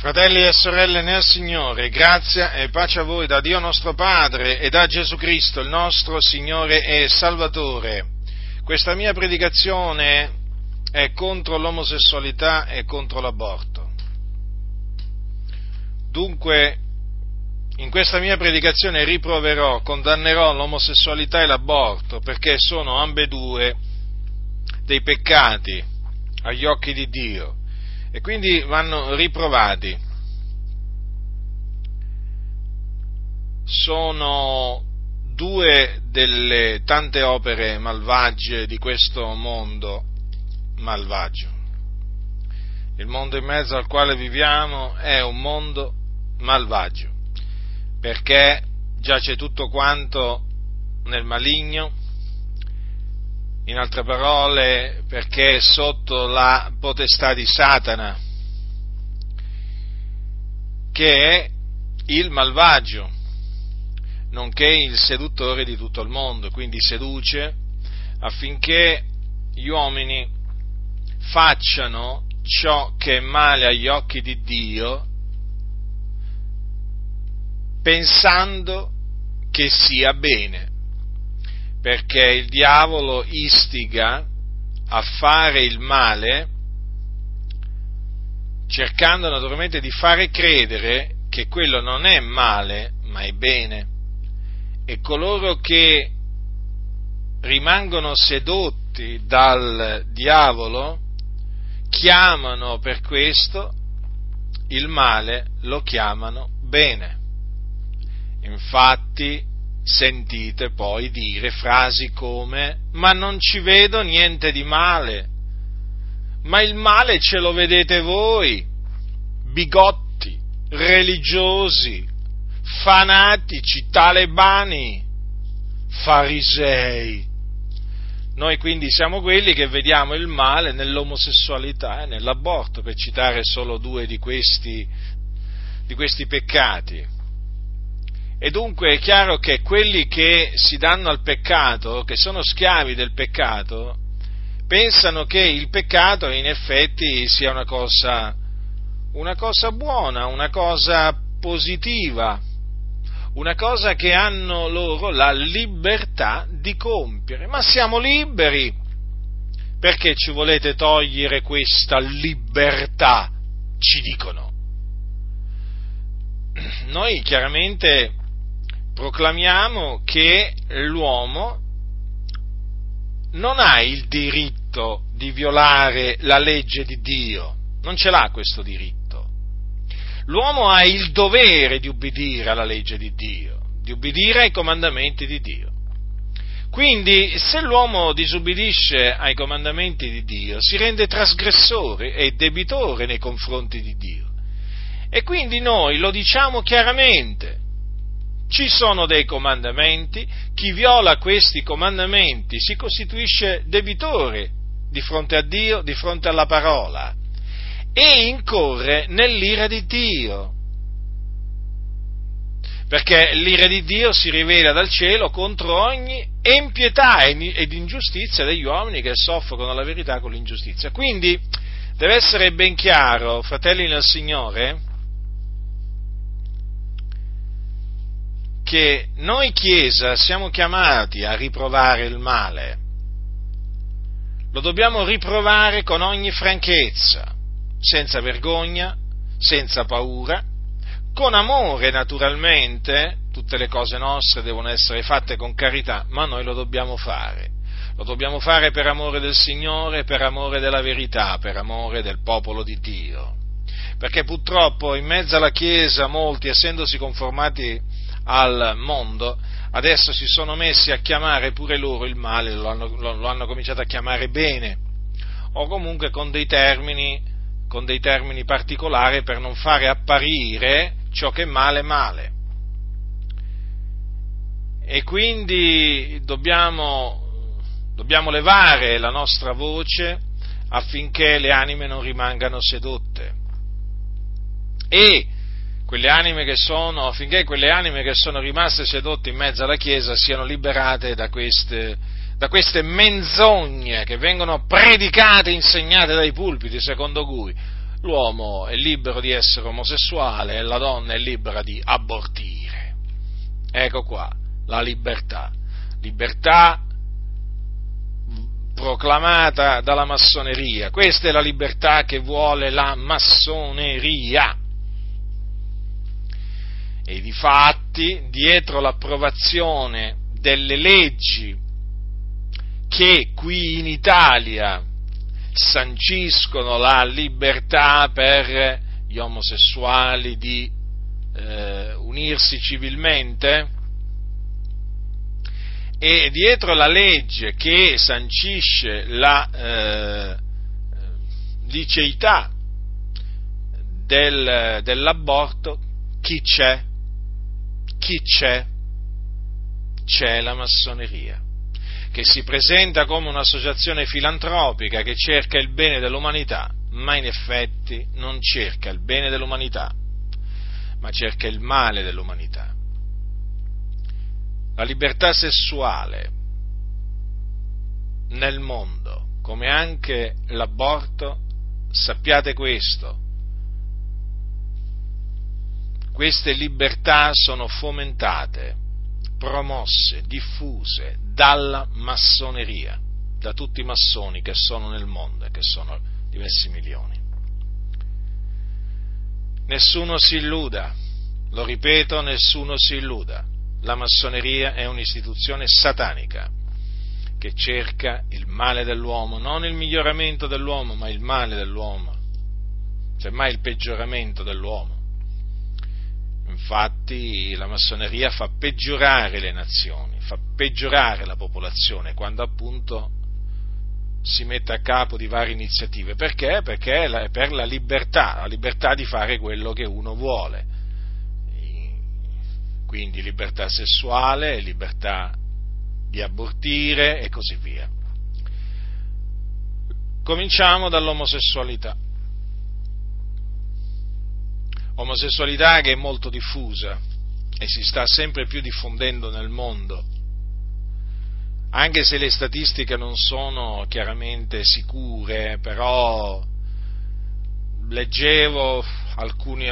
Fratelli e sorelle nel Signore, grazia e pace a voi da Dio nostro Padre e da Gesù Cristo, il nostro Signore e Salvatore. Questa mia predicazione è contro l'omosessualità e contro l'aborto. Dunque, in questa mia predicazione riproverò, condannerò l'omosessualità e l'aborto, perché sono ambedue dei peccati agli occhi di Dio. E quindi vanno riprovati. Sono due delle tante opere malvagie di questo mondo malvagio. Il mondo in mezzo al quale viviamo è un mondo malvagio, perché giace tutto quanto nel maligno. In altre parole, perché è sotto la potestà di Satana, che è il malvagio, nonché il seduttore di tutto il mondo, quindi seduce affinché gli uomini facciano ciò che è male agli occhi di Dio, pensando che sia bene. Perché il diavolo istiga a fare il male, cercando naturalmente di fare credere che quello non è male, ma è bene. E coloro che rimangono sedotti dal diavolo chiamano per questo il male, lo chiamano bene. Infatti, sentite poi dire frasi come: ma non ci vedo niente di male, ma il male ce lo vedete voi, bigotti, religiosi, fanatici, talebani, farisei. Noi quindi siamo quelli che vediamo il male nell'omosessualità e nell'aborto, per citare solo due di questi peccati. E dunque è chiaro che quelli che si danno al peccato, che sono schiavi del peccato, pensano che il peccato in effetti sia una cosa buona, una cosa positiva, una cosa che hanno loro la libertà di compiere. Ma siamo liberi, perché ci volete togliere questa libertà? Ci dicono. Noi chiaramente proclamiamo che l'uomo non ha il diritto di violare la legge di Dio, non ce l'ha questo diritto. L'uomo ha il dovere di ubbidire alla legge di Dio, di ubbidire ai comandamenti di Dio. Quindi, se l'uomo disubbidisce ai comandamenti di Dio, si rende trasgressore e debitore nei confronti di Dio. E quindi noi lo diciamo chiaramente. Ci sono dei comandamenti, chi viola questi comandamenti si costituisce debitore di fronte a Dio, di fronte alla parola, e incorre nell'ira di Dio, perché l'ira di Dio si rivela dal cielo contro ogni empietà ed ingiustizia degli uomini che soffrono la verità con l'ingiustizia. Quindi deve essere ben chiaro, fratelli nel Signore, che noi Chiesa siamo chiamati a riprovare il male. Lo dobbiamo riprovare con ogni franchezza, senza vergogna, senza paura, con amore naturalmente. Tutte le cose nostre devono essere fatte con carità, ma noi lo dobbiamo fare. Lo dobbiamo fare per amore del Signore, per amore della verità, per amore del popolo di Dio. Perché purtroppo in mezzo alla Chiesa molti, essendosi conformati al mondo, adesso si sono messi a chiamare pure loro il male, lo hanno cominciato a chiamare bene, o comunque con dei termini particolari per non fare apparire ciò che è male. E quindi dobbiamo levare la nostra voce affinché le anime non rimangano sedotte, e affinché quelle anime che sono rimaste sedotte in mezzo alla Chiesa siano liberate da queste menzogne che vengono predicate e insegnate dai pulpiti, secondo cui l'uomo è libero di essere omosessuale e la donna è libera di abortire. Ecco qua, la libertà proclamata dalla massoneria. Questa è la libertà che vuole la massoneria. E difatti, dietro l'approvazione delle leggi che qui in Italia sanciscono la libertà per gli omosessuali di unirsi civilmente, e dietro la legge che sancisce la liceità dell'aborto, chi c'è? C'è la massoneria, che si presenta come un'associazione filantropica che cerca il bene dell'umanità, ma in effetti non cerca il bene dell'umanità, ma cerca il male dell'umanità. La libertà sessuale nel mondo, come anche l'aborto, sappiate questo: queste libertà sono fomentate, promosse, diffuse dalla massoneria, da tutti i massoni che sono nel mondo, e che sono diversi milioni. Nessuno si illuda, lo ripeto, nessuno si illuda. La massoneria è un'istituzione satanica che cerca il male dell'uomo, non il miglioramento dell'uomo, ma il male dell'uomo, semmai il peggioramento dell'uomo. Infatti la massoneria fa peggiorare le nazioni, fa peggiorare la popolazione, quando appunto si mette a capo di varie iniziative. Perché? Perché è per la libertà di fare quello che uno vuole. Quindi libertà sessuale, libertà di abortire e così via. Cominciamo dall'omosessualità. Omosessualità che è molto diffusa e si sta sempre più diffondendo nel mondo, anche se le statistiche non sono chiaramente sicure, però leggevo alcuni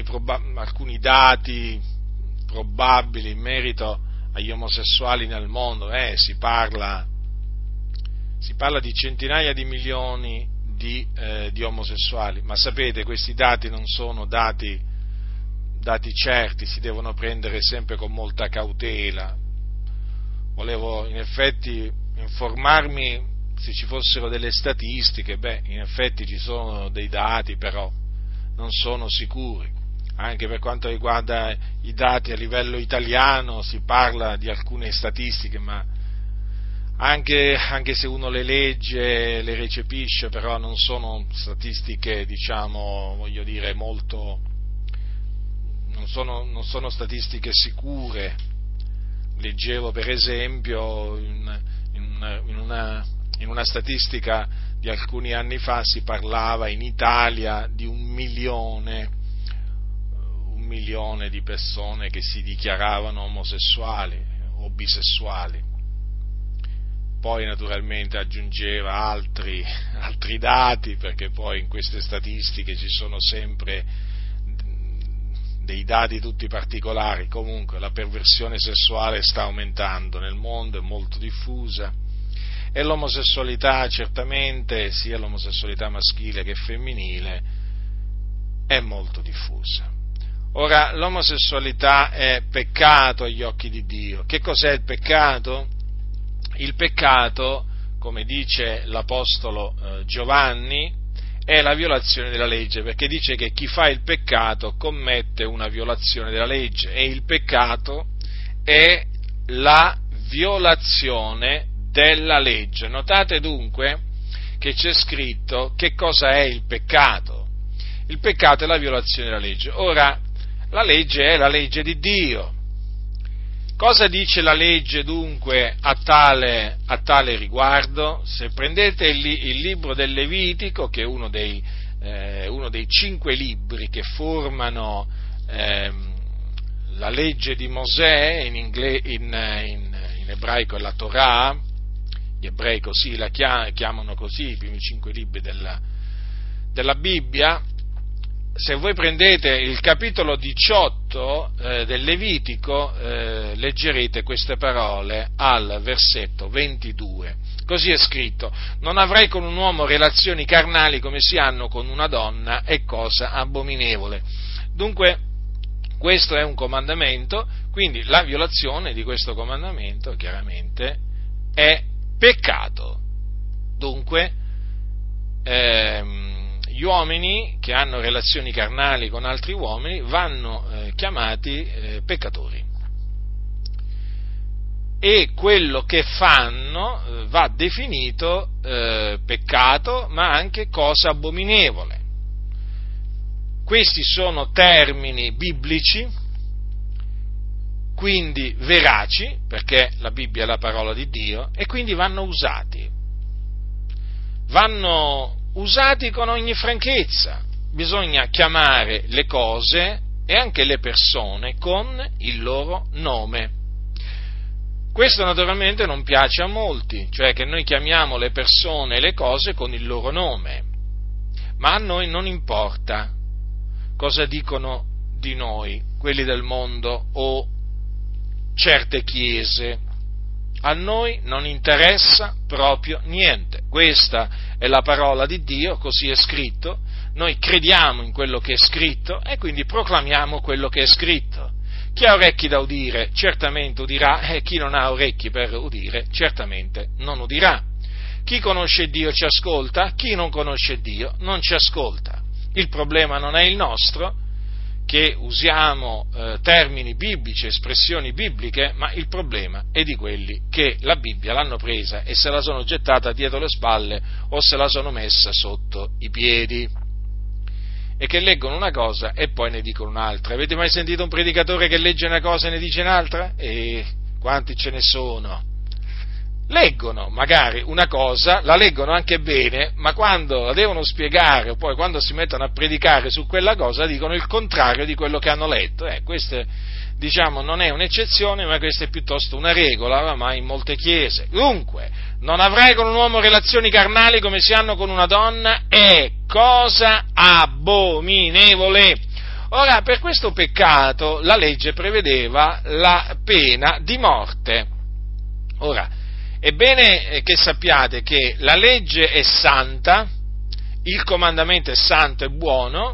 dati probabili in merito agli omosessuali nel mondo. Si parla di centinaia di milioni di omosessuali, ma sapete, questi dati non sono dati certi, si devono prendere sempre con molta cautela. Volevo in effetti informarmi se ci fossero delle statistiche. In effetti ci sono dei dati, però non sono sicuri. Anche per quanto riguarda i dati a livello italiano si parla di alcune statistiche, ma anche se uno le legge, le recepisce, però non sono statistiche, molto, non sono statistiche sicure. Leggevo per esempio in una statistica di alcuni anni fa, si parlava in Italia di 1 milione di persone che si dichiaravano omosessuali o bisessuali. Poi naturalmente aggiungeva altri dati, perché poi in queste statistiche ci sono sempre dei dati tutti particolari. Comunque la perversione sessuale sta aumentando nel mondo, è molto diffusa, e l'omosessualità certamente, sia l'omosessualità maschile che femminile, è molto diffusa. Ora, l'omosessualità è peccato agli occhi di Dio. Che cos'è il peccato? Il peccato, come dice l'Apostolo Giovanni, è la violazione della legge, perché dice che chi fa il peccato commette una violazione della legge, e il peccato è la violazione della legge. Notate dunque che c'è scritto che cosa è il peccato. Il peccato è la violazione della legge. Ora, la legge è la legge di Dio. Cosa dice la legge dunque a tale riguardo? Se prendete il libro del Levitico, che è uno dei 5 libri che formano la legge di Mosè, in ebraico è la Torah, gli ebrei così la chiamano così, i primi 5 libri della Bibbia. se voi prendete il capitolo 18 del Levitico, leggerete queste parole al versetto 22. Così è scritto: non avrai con un uomo relazioni carnali come si hanno con una donna, è cosa abominevole. Dunque, questo è un comandamento, quindi la violazione di questo comandamento chiaramente è peccato. Dunque, gli uomini che hanno relazioni carnali con altri uomini vanno chiamati peccatori, e quello che fanno va definito peccato, ma anche cosa abominevole. Questi sono termini biblici, quindi veraci, perché la Bibbia è la parola di Dio, e quindi vanno usati con ogni franchezza. Bisogna chiamare le cose e anche le persone con il loro nome. Questo naturalmente non piace a molti, cioè che noi chiamiamo le persone e le cose con il loro nome, ma a noi non importa cosa dicono di noi quelli del mondo o certe chiese. A noi non interessa proprio niente. Questa è la parola di Dio, così è scritto. Noi crediamo in quello che è scritto e quindi proclamiamo quello che è scritto. Chi ha orecchi da udire certamente udirà, e chi non ha orecchi per udire certamente non udirà. Chi conosce Dio ci ascolta, chi non conosce Dio non ci ascolta. Il problema non è il nostro, che usiamo termini biblici, espressioni bibliche, ma il problema è di quelli che la Bibbia l'hanno presa e se la sono gettata dietro le spalle o se la sono messa sotto i piedi, e che leggono una cosa e poi ne dicono un'altra. Avete mai sentito un predicatore che legge una cosa e ne dice un'altra? E quanti ce ne sono? Leggono magari una cosa, la leggono anche bene, ma quando la devono spiegare o poi quando si mettono a predicare su quella cosa dicono il contrario di quello che hanno letto. Questa, diciamo, non è un'eccezione, ma questa è piuttosto una regola oramai in molte chiese. Dunque, non avrai con un uomo relazioni carnali come si hanno con una donna, è cosa abominevole. Ora, per questo peccato la legge prevedeva la pena di morte. Ora, è bene che sappiate che la legge è santa, il comandamento è santo e buono,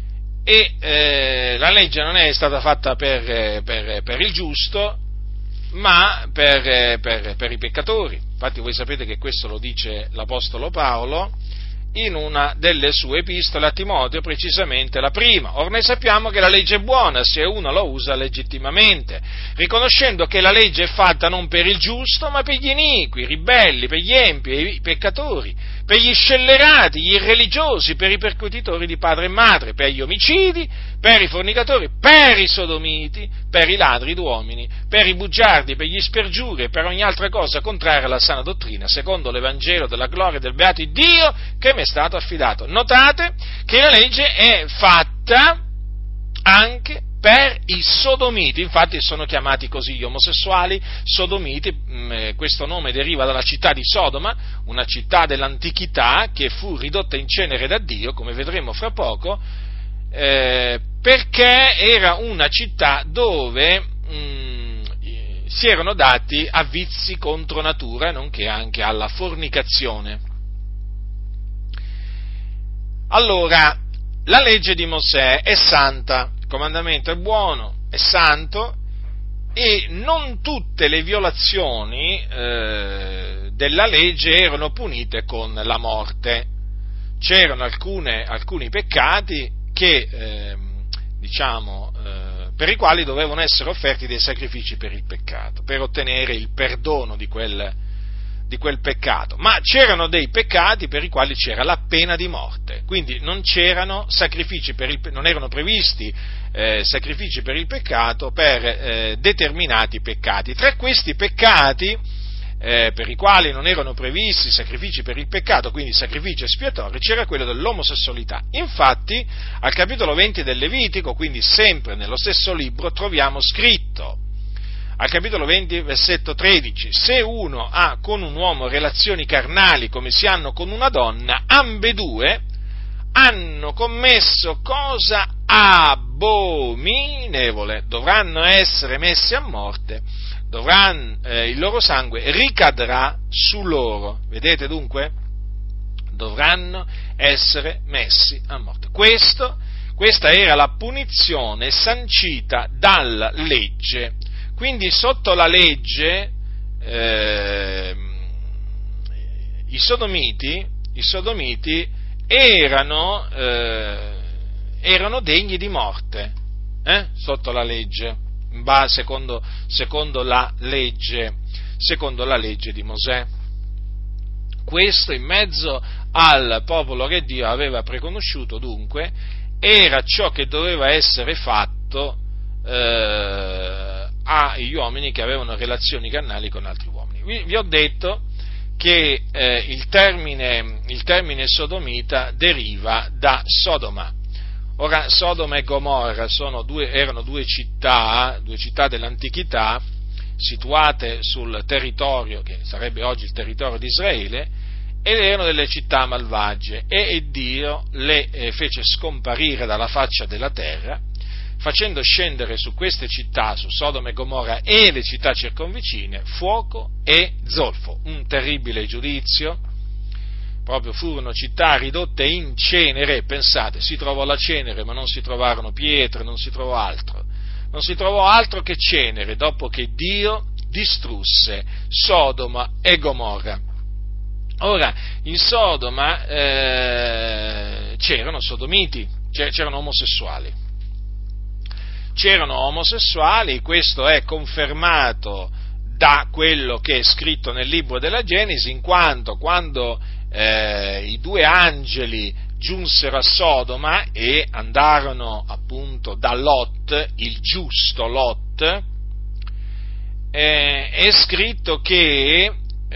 e la legge non è stata fatta per il giusto, ma per i peccatori. Infatti voi sapete che questo lo dice l'Apostolo Paolo in una delle sue epistole a Timoteo, precisamente la prima. Or noi sappiamo che la legge è buona se uno la usa legittimamente, riconoscendo che la legge è fatta non per il giusto, ma per gli iniqui, i ribelli, per gli empi, i peccatori, per gli scellerati, gli irreligiosi, per i percutitori di padre e madre, per gli omicidi, per i fornicatori, per i sodomiti, per i ladri d'uomini, per i bugiardi, per gli spergiuri e per ogni altra cosa contraria alla sana dottrina, secondo l'Evangelo della gloria del beato Dio che mi è stato affidato. Notate che la legge è fatta anche per i sodomiti, infatti sono chiamati così gli omosessuali, sodomiti. Questo nome deriva dalla città di Sodoma, una città dell'antichità che fu ridotta in cenere da Dio, come vedremo fra poco, perché era una città dove si erano dati a vizi contro natura, nonché anche alla fornicazione. Allora, la legge di Mosè è santa, il comandamento è buono, è santo, e non tutte le violazioni della legge erano punite con la morte. C'erano alcuni peccati che, per i quali dovevano essere offerti dei sacrifici per il peccato, per ottenere il perdono di quel peccato, ma c'erano dei peccati per i quali c'era la pena di morte, quindi non c'erano sacrifici non erano previsti sacrifici per il peccato per determinati peccati. Tra questi peccati per i quali non erano previsti sacrifici per il peccato, quindi sacrifici espiatori, c'era quello dell'omosessualità. Infatti, al capitolo 20 del Levitico, quindi sempre nello stesso libro, troviamo scritto, al capitolo 20, versetto 13, se uno ha con un uomo relazioni carnali come si hanno con una donna, ambedue hanno commesso cosa abominevole, dovranno essere messi a morte, il loro sangue ricadrà su loro. Vedete dunque? Dovranno essere messi a morte. Questa era la punizione sancita dalla legge. Quindi sotto la legge i sodomiti erano degni di morte, sotto la legge, secondo la legge di Mosè. Questo in mezzo al popolo che Dio aveva preconosciuto, dunque, era ciò che doveva essere fatto agli uomini che avevano relazioni carnali con altri uomini. Vi ho detto che il termine sodomita deriva da Sodoma. Ora, Sodoma e Gomorra erano due città dell'antichità, situate sul territorio che sarebbe oggi il territorio di Israele, ed erano delle città malvagie, e Dio le fece scomparire dalla faccia della terra, facendo scendere su queste città, su Sodoma e Gomorra e le città circonvicine, fuoco e zolfo, un terribile giudizio. Proprio furono città ridotte in cenere. Pensate, si trovò la cenere, ma non si trovarono pietre, non si trovò altro che cenere, dopo che Dio distrusse Sodoma e Gomorra. Ora, in Sodoma c'erano sodomiti, c'erano omosessuali, questo è confermato da quello che è scritto nel libro della Genesi, in quanto quando i due angeli giunsero a Sodoma e andarono appunto da Lot, il giusto Lot, è scritto che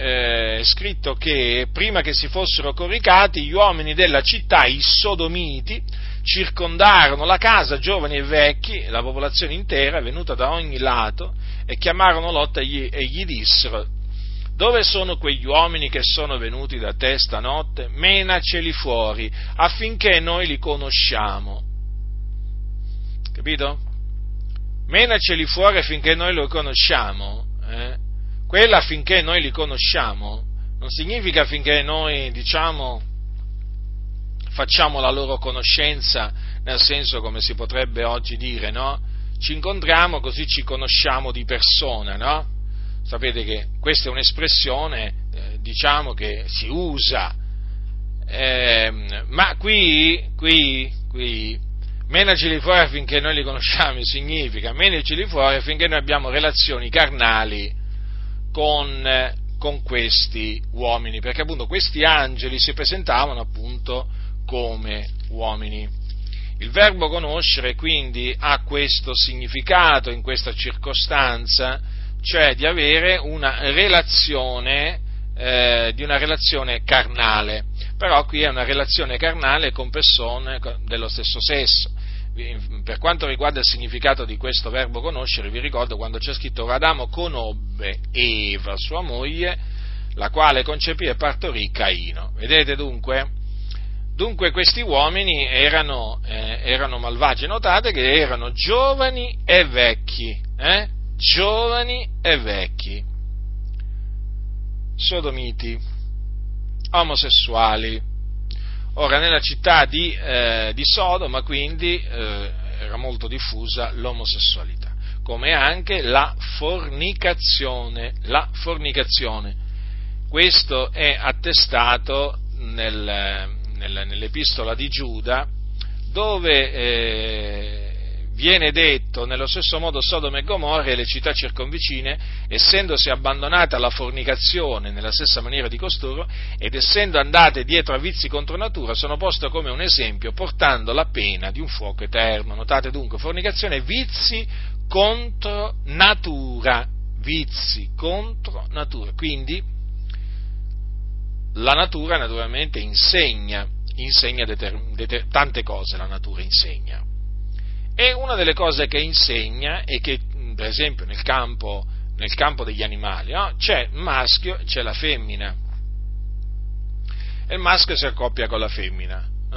prima che si fossero coricati, gli uomini della città, i sodomiti, circondarono la casa, giovani e vecchi, la popolazione intera, venuta da ogni lato, e chiamarono Lot e gli dissero: dove sono quegli uomini che sono venuti da te stanotte? Menaceli fuori, affinché noi li conosciamo. Capito? Menaceli fuori affinché noi li conosciamo. Quella affinché noi li conosciamo non significa affinché noi, facciamo la loro conoscenza, nel senso, come si potrebbe oggi dire, no? Ci incontriamo così ci conosciamo di persona, no? Sapete che questa è un'espressione, che si usa, ma qui, menaceli fuori affinché noi li conosciamo, significa menaceli fuori affinché noi abbiamo relazioni carnali con questi uomini, perché appunto questi angeli si presentavano appunto come uomini. Il verbo conoscere quindi ha questo significato in questa circostanza, cioè di avere una relazione carnale, però qui è una relazione carnale con persone dello stesso sesso. Per quanto riguarda il significato di questo verbo conoscere, vi ricordo quando c'è scritto: Adamo conobbe Eva, sua moglie, la quale concepì e partorì Caino. Vedete dunque? Dunque questi uomini erano malvagi. Notate che erano giovani e vecchi, sodomiti, omosessuali. Ora, nella città di Sodoma, quindi, era molto diffusa l'omosessualità, come anche la fornicazione. Questo è attestato nell'epistola di Giuda, dove viene detto: nello stesso modo Sodoma e Gomorra e le città circonvicine, essendosi abbandonate alla fornicazione nella stessa maniera di costoro, ed essendo andate dietro a vizi contro natura, sono poste come un esempio, portando la pena di un fuoco eterno. Notate dunque, fornicazione, vizi contro natura, quindi la natura naturalmente insegna tante cose. La natura insegna, e una delle cose che insegna è che, per esempio, nel campo degli animali, no? C'è il maschio e c'è la femmina, e il maschio si accoppia con la femmina,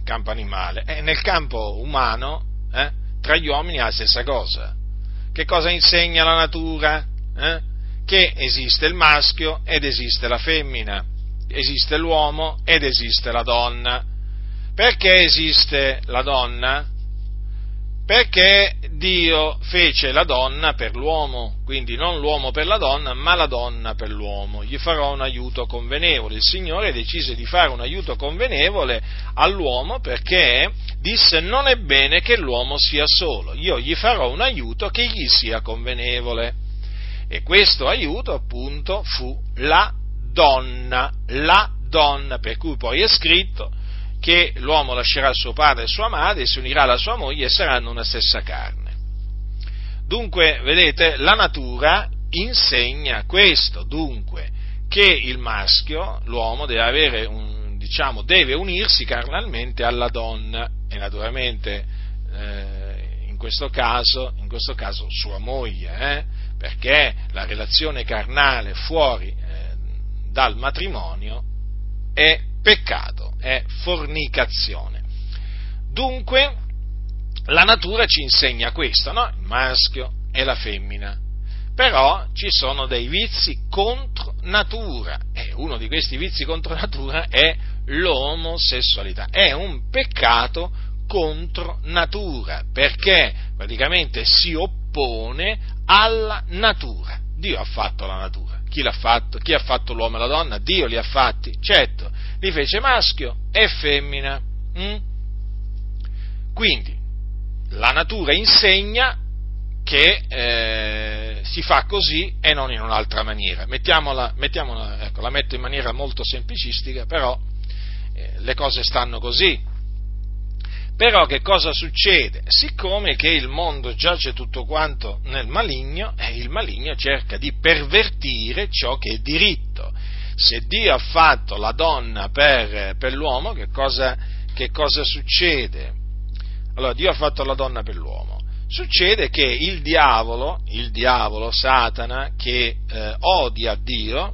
campo animale, e nel campo umano, tra gli uomini è la stessa cosa. Che cosa insegna la natura? Che esiste il maschio ed esiste la femmina, esiste l'uomo ed esiste la donna. Perché esiste la donna? Perché Dio fece la donna per l'uomo, quindi non l'uomo per la donna, ma la donna per l'uomo. Gli farò un aiuto convenevole. Il Signore decise di fare un aiuto convenevole all'uomo perché disse: non è bene che l'uomo sia solo, io gli farò un aiuto che gli sia convenevole. E questo aiuto appunto fu la donna, per cui poi è scritto che l'uomo lascerà suo padre e sua madre, si unirà alla sua moglie e saranno una stessa carne. Dunque, vedete, la natura insegna questo, dunque, che il maschio, l'uomo, deve unirsi carnalmente alla donna, e naturalmente in questo caso sua moglie, perché la relazione carnale fuori dal matrimonio è peccato, è fornicazione. Dunque, la natura ci insegna questo, no? Il maschio e la femmina. Però ci sono dei vizi contro natura, e uno di questi vizi contro natura è l'omosessualità. È un peccato contro natura, perché praticamente si oppone alla natura. Dio ha fatto la natura. Chi l'ha fatto? Chi ha fatto l'uomo e la donna? Dio li ha fatti, certo, li fece maschio e femmina. Quindi, la natura insegna che si fa così e non in un'altra maniera. Mettiamola, ecco, la metto in maniera molto semplicistica, però le cose stanno così. Però che cosa succede? Siccome che il mondo giace tutto quanto nel maligno, il maligno cerca di pervertire ciò che è diritto. Se Dio ha fatto la donna per l'uomo, che cosa succede? Allora, Dio ha fatto la donna per l'uomo. Succede che il diavolo, Satana, che odia Dio,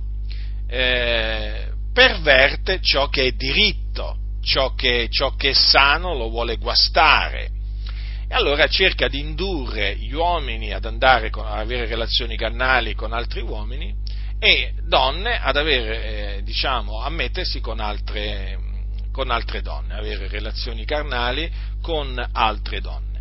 perverte ciò che è diritto. Ciò che è sano lo vuole guastare, e allora cerca di indurre gli uomini ad andare ad avere relazioni carnali con altri uomini e donne ad avere, a mettersi con altre donne, avere relazioni carnali con altre donne.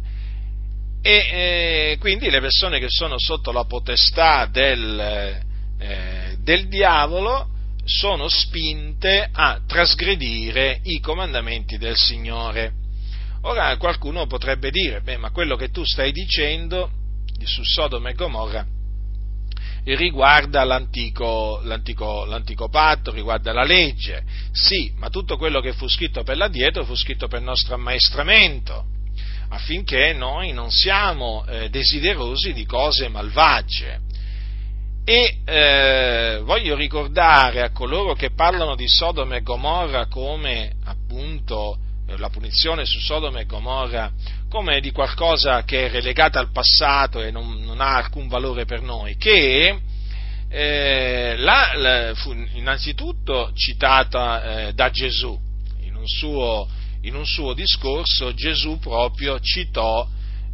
E quindi le persone che sono sotto la potestà del diavolo sono spinte a trasgredire i comandamenti del Signore. Ora qualcuno potrebbe dire: ma quello che tu stai dicendo su Sodoma e Gomorra riguarda l'antico patto, riguarda la legge. Sì, ma tutto quello che fu scritto per l'addietro fu scritto per il nostro ammaestramento, affinché noi non siamo desiderosi di cose malvagie. E voglio ricordare a coloro che parlano di Sodoma e Gomorra come appunto la punizione su Sodoma e Gomorra come di qualcosa che è relegata al passato e non ha alcun valore per noi, che fu innanzitutto citata da Gesù in un suo discorso. Gesù proprio citò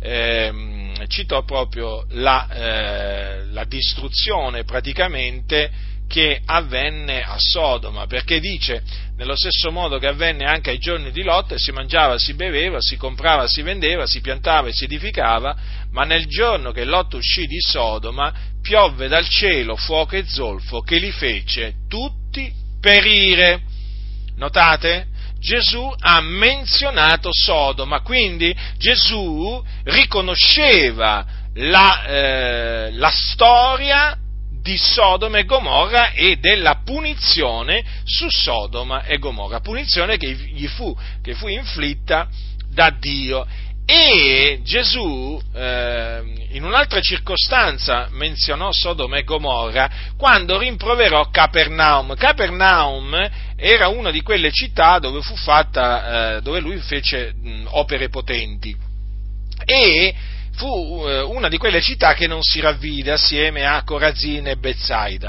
proprio la distruzione praticamente che avvenne a Sodoma, perché dice: nello stesso modo che avvenne anche ai giorni di Lot, si mangiava, si beveva, si comprava, si vendeva, si piantava e si edificava, ma nel giorno che Lot uscì di Sodoma piovve dal cielo fuoco e zolfo che li fece tutti perire. Notate? Gesù ha menzionato Sodoma, quindi Gesù riconosceva la storia di Sodoma e Gomorra e della punizione su Sodoma e Gomorra, punizione che fu inflitta da Dio. E Gesù in un'altra circostanza menzionò Sodoma e Gomorra quando rimproverò Capernaum. Capernaum era una di quelle città dove fu fatta, dove lui fece opere potenti, e fu una di quelle città che non si ravvide assieme a Corazin e Betsaida.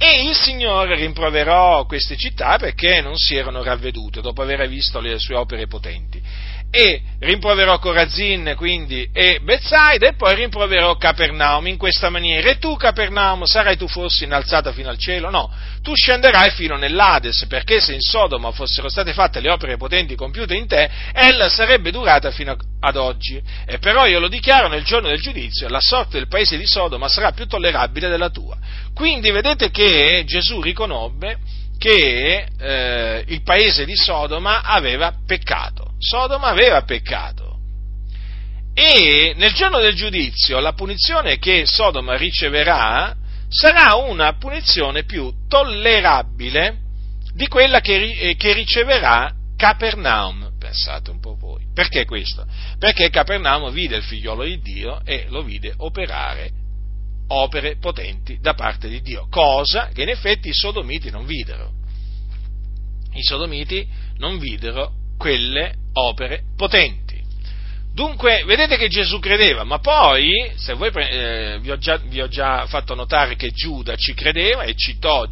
E il Signore rimproverò queste città perché non si erano ravvedute dopo aver visto le sue opere potenti. E rimproverò Corazin, quindi, e Betsaida, e poi rimproverò Capernaum in questa maniera. E tu, Capernaum, sarai tu forse innalzata fino al cielo? No, tu scenderai fino nell'Ades, perché se in Sodoma fossero state fatte le opere potenti compiute in te, ella sarebbe durata fino ad oggi. E però io lo dichiaro, nel giorno del giudizio, la sorte del paese di Sodoma sarà più tollerabile della tua. Quindi vedete che Gesù riconobbe che il paese di Sodoma aveva peccato. Sodoma aveva peccato. E nel giorno del giudizio la punizione che Sodoma riceverà sarà una punizione più tollerabile di quella che riceverà Capernaum. Pensate un po' voi. Perché questo? Perché Capernaum vide il figliolo di Dio e lo vide operare opere potenti da parte di Dio, cosa che in effetti i sodomiti non videro. I sodomiti non videro quelle opere potenti. Dunque, vedete che Gesù credeva, ma poi, se voi vi ho già fatto notare che Giuda ci credeva e citò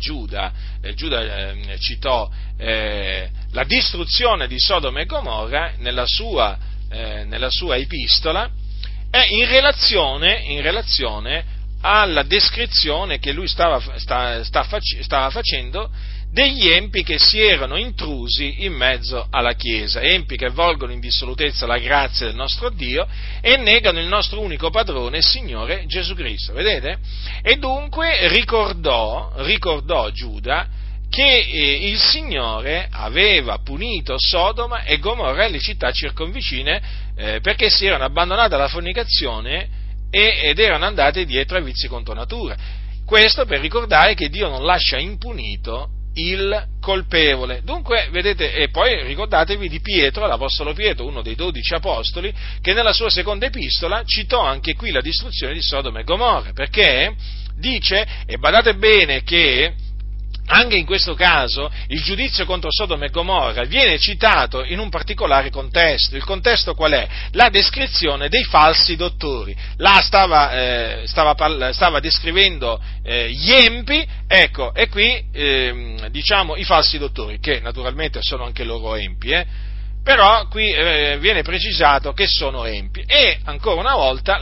citò la distruzione di Sodoma e Gomorra nella sua epistola, in relazione alla descrizione che lui stava facendo degli empi che si erano intrusi in mezzo alla Chiesa, empi che volgono in dissolutezza la grazia del nostro Dio e negano il nostro unico padrone e Signore Gesù Cristo, vedete? E dunque ricordò Giuda che il Signore aveva punito Sodoma e Gomorra e le città circonvicine perché si erano abbandonate alla fornicazione ed erano andate dietro ai vizi contro natura. Questo per ricordare che Dio non lascia impunito il colpevole. Dunque, vedete, e poi ricordatevi di Pietro, l'apostolo Pietro, uno dei 12 apostoli, che nella sua seconda epistola citò anche qui la distruzione di Sodoma e Gomorra, perché dice, e badate bene che anche in questo caso il giudizio contro Sodoma e Gomorra viene citato in un particolare contesto. Il contesto qual è? La descrizione dei falsi dottori. Là stava descrivendo gli empi, ecco, e qui diciamo i falsi dottori, che naturalmente sono anche loro empi, però qui viene precisato che sono empi. E ancora una volta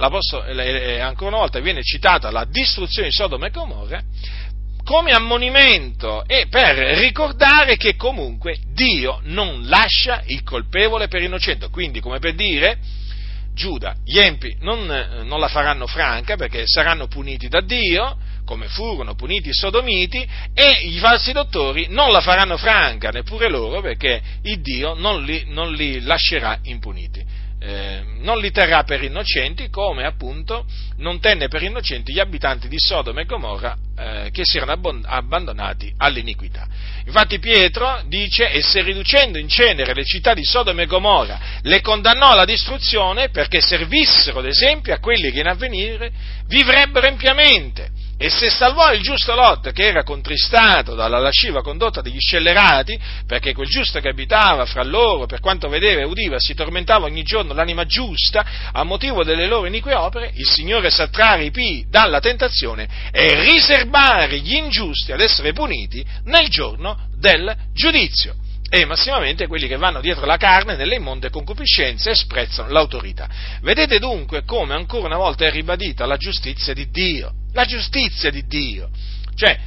viene citata la distruzione di Sodoma e Gomorra come ammonimento e per ricordare che comunque Dio non lascia il colpevole per innocente, quindi come per dire, Giuda, gli empi non la faranno franca perché saranno puniti da Dio, come furono puniti i sodomiti, e i falsi dottori non la faranno franca, neppure loro, perché il Dio non li lascerà impuniti. Non li terrà per innocenti, come appunto non tenne per innocenti gli abitanti di Sodoma e Gomorra che si erano abbandonati all'iniquità. Infatti Pietro dice: e se riducendo in cenere le città di Sodoma e Gomorra le condannò alla distruzione perché servissero d'esempio a quelli che in avvenire vivrebbero empiamente. E se salvò il giusto Lot, che era contristato dalla lasciva condotta degli scellerati, perché quel giusto che abitava fra loro, per quanto vedeva e udiva, si tormentava ogni giorno l'anima giusta a motivo delle loro inique opere, il Signore sa trarre i pii dalla tentazione e riservare gli ingiusti ad essere puniti nel giorno del giudizio. E massimamente quelli che vanno dietro la carne nelle immonde concupiscenze e sprezzano l'autorità. Vedete dunque come ancora una volta è ribadita la giustizia di Dio. La giustizia di Dio. Cioè,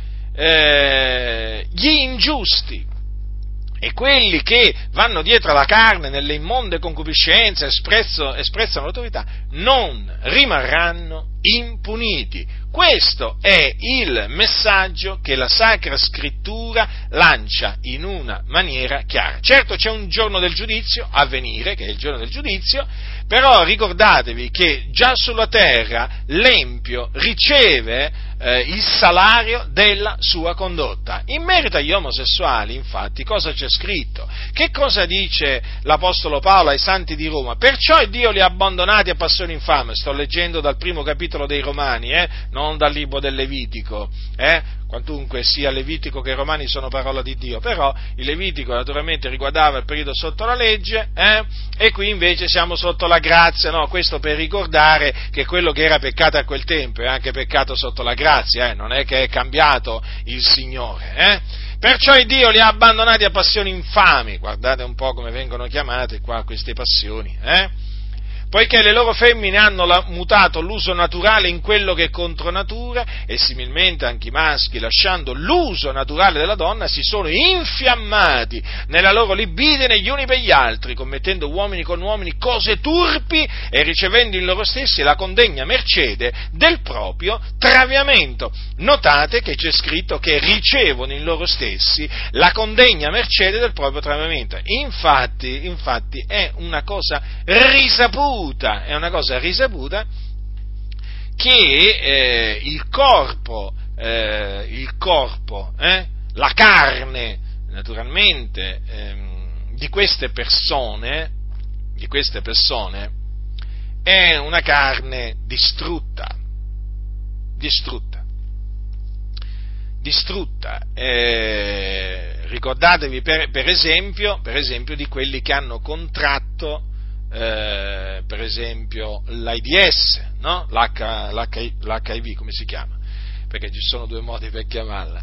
gli ingiusti e quelli che vanno dietro la carne nelle immonde concupiscenze e sprezzano l'autorità non rimarranno impuniti. Questo è il messaggio che la Sacra Scrittura lancia in una maniera chiara. Certo c'è un giorno del giudizio a venire, che è il giorno del giudizio, però ricordatevi che già sulla terra l'empio riceve il salario della sua condotta. In merito agli omosessuali, infatti, cosa c'è scritto? Che cosa dice l'Apostolo Paolo ai santi di Roma? Perciò Dio li ha abbandonati a passione infame. Sto leggendo dal primo capitolo dei Romani, non dal libro del Levitico, quantunque sia Levitico che Romani sono parola di Dio, però il Levitico naturalmente riguardava il periodo sotto la legge, e qui invece siamo sotto la grazia, no? Questo per ricordare che quello che era peccato a quel tempo è anche peccato sotto la grazia. ragazzi, non è che è cambiato il Signore, Perciò il Dio li ha abbandonati a passioni infami, guardate un po' come vengono chiamate qua queste passioni, poiché le loro femmine hanno mutato l'uso naturale in quello che è contro natura, e similmente anche i maschi, lasciando l'uso naturale della donna, si sono infiammati nella loro libidine gli uni per gli altri, commettendo uomini con uomini cose turpi e ricevendo in loro stessi la condegna mercede del proprio traviamento. Notate che c'è scritto che ricevono in loro stessi la condegna mercede del proprio traviamento. Infatti è una cosa risaputa che il corpo, la carne, naturalmente, di queste persone è una carne distrutta. Ricordatevi per esempio di quelli che hanno contratto per esempio l'AIDS, no? L'HIV, come si chiama? Perché ci sono due modi per chiamarla.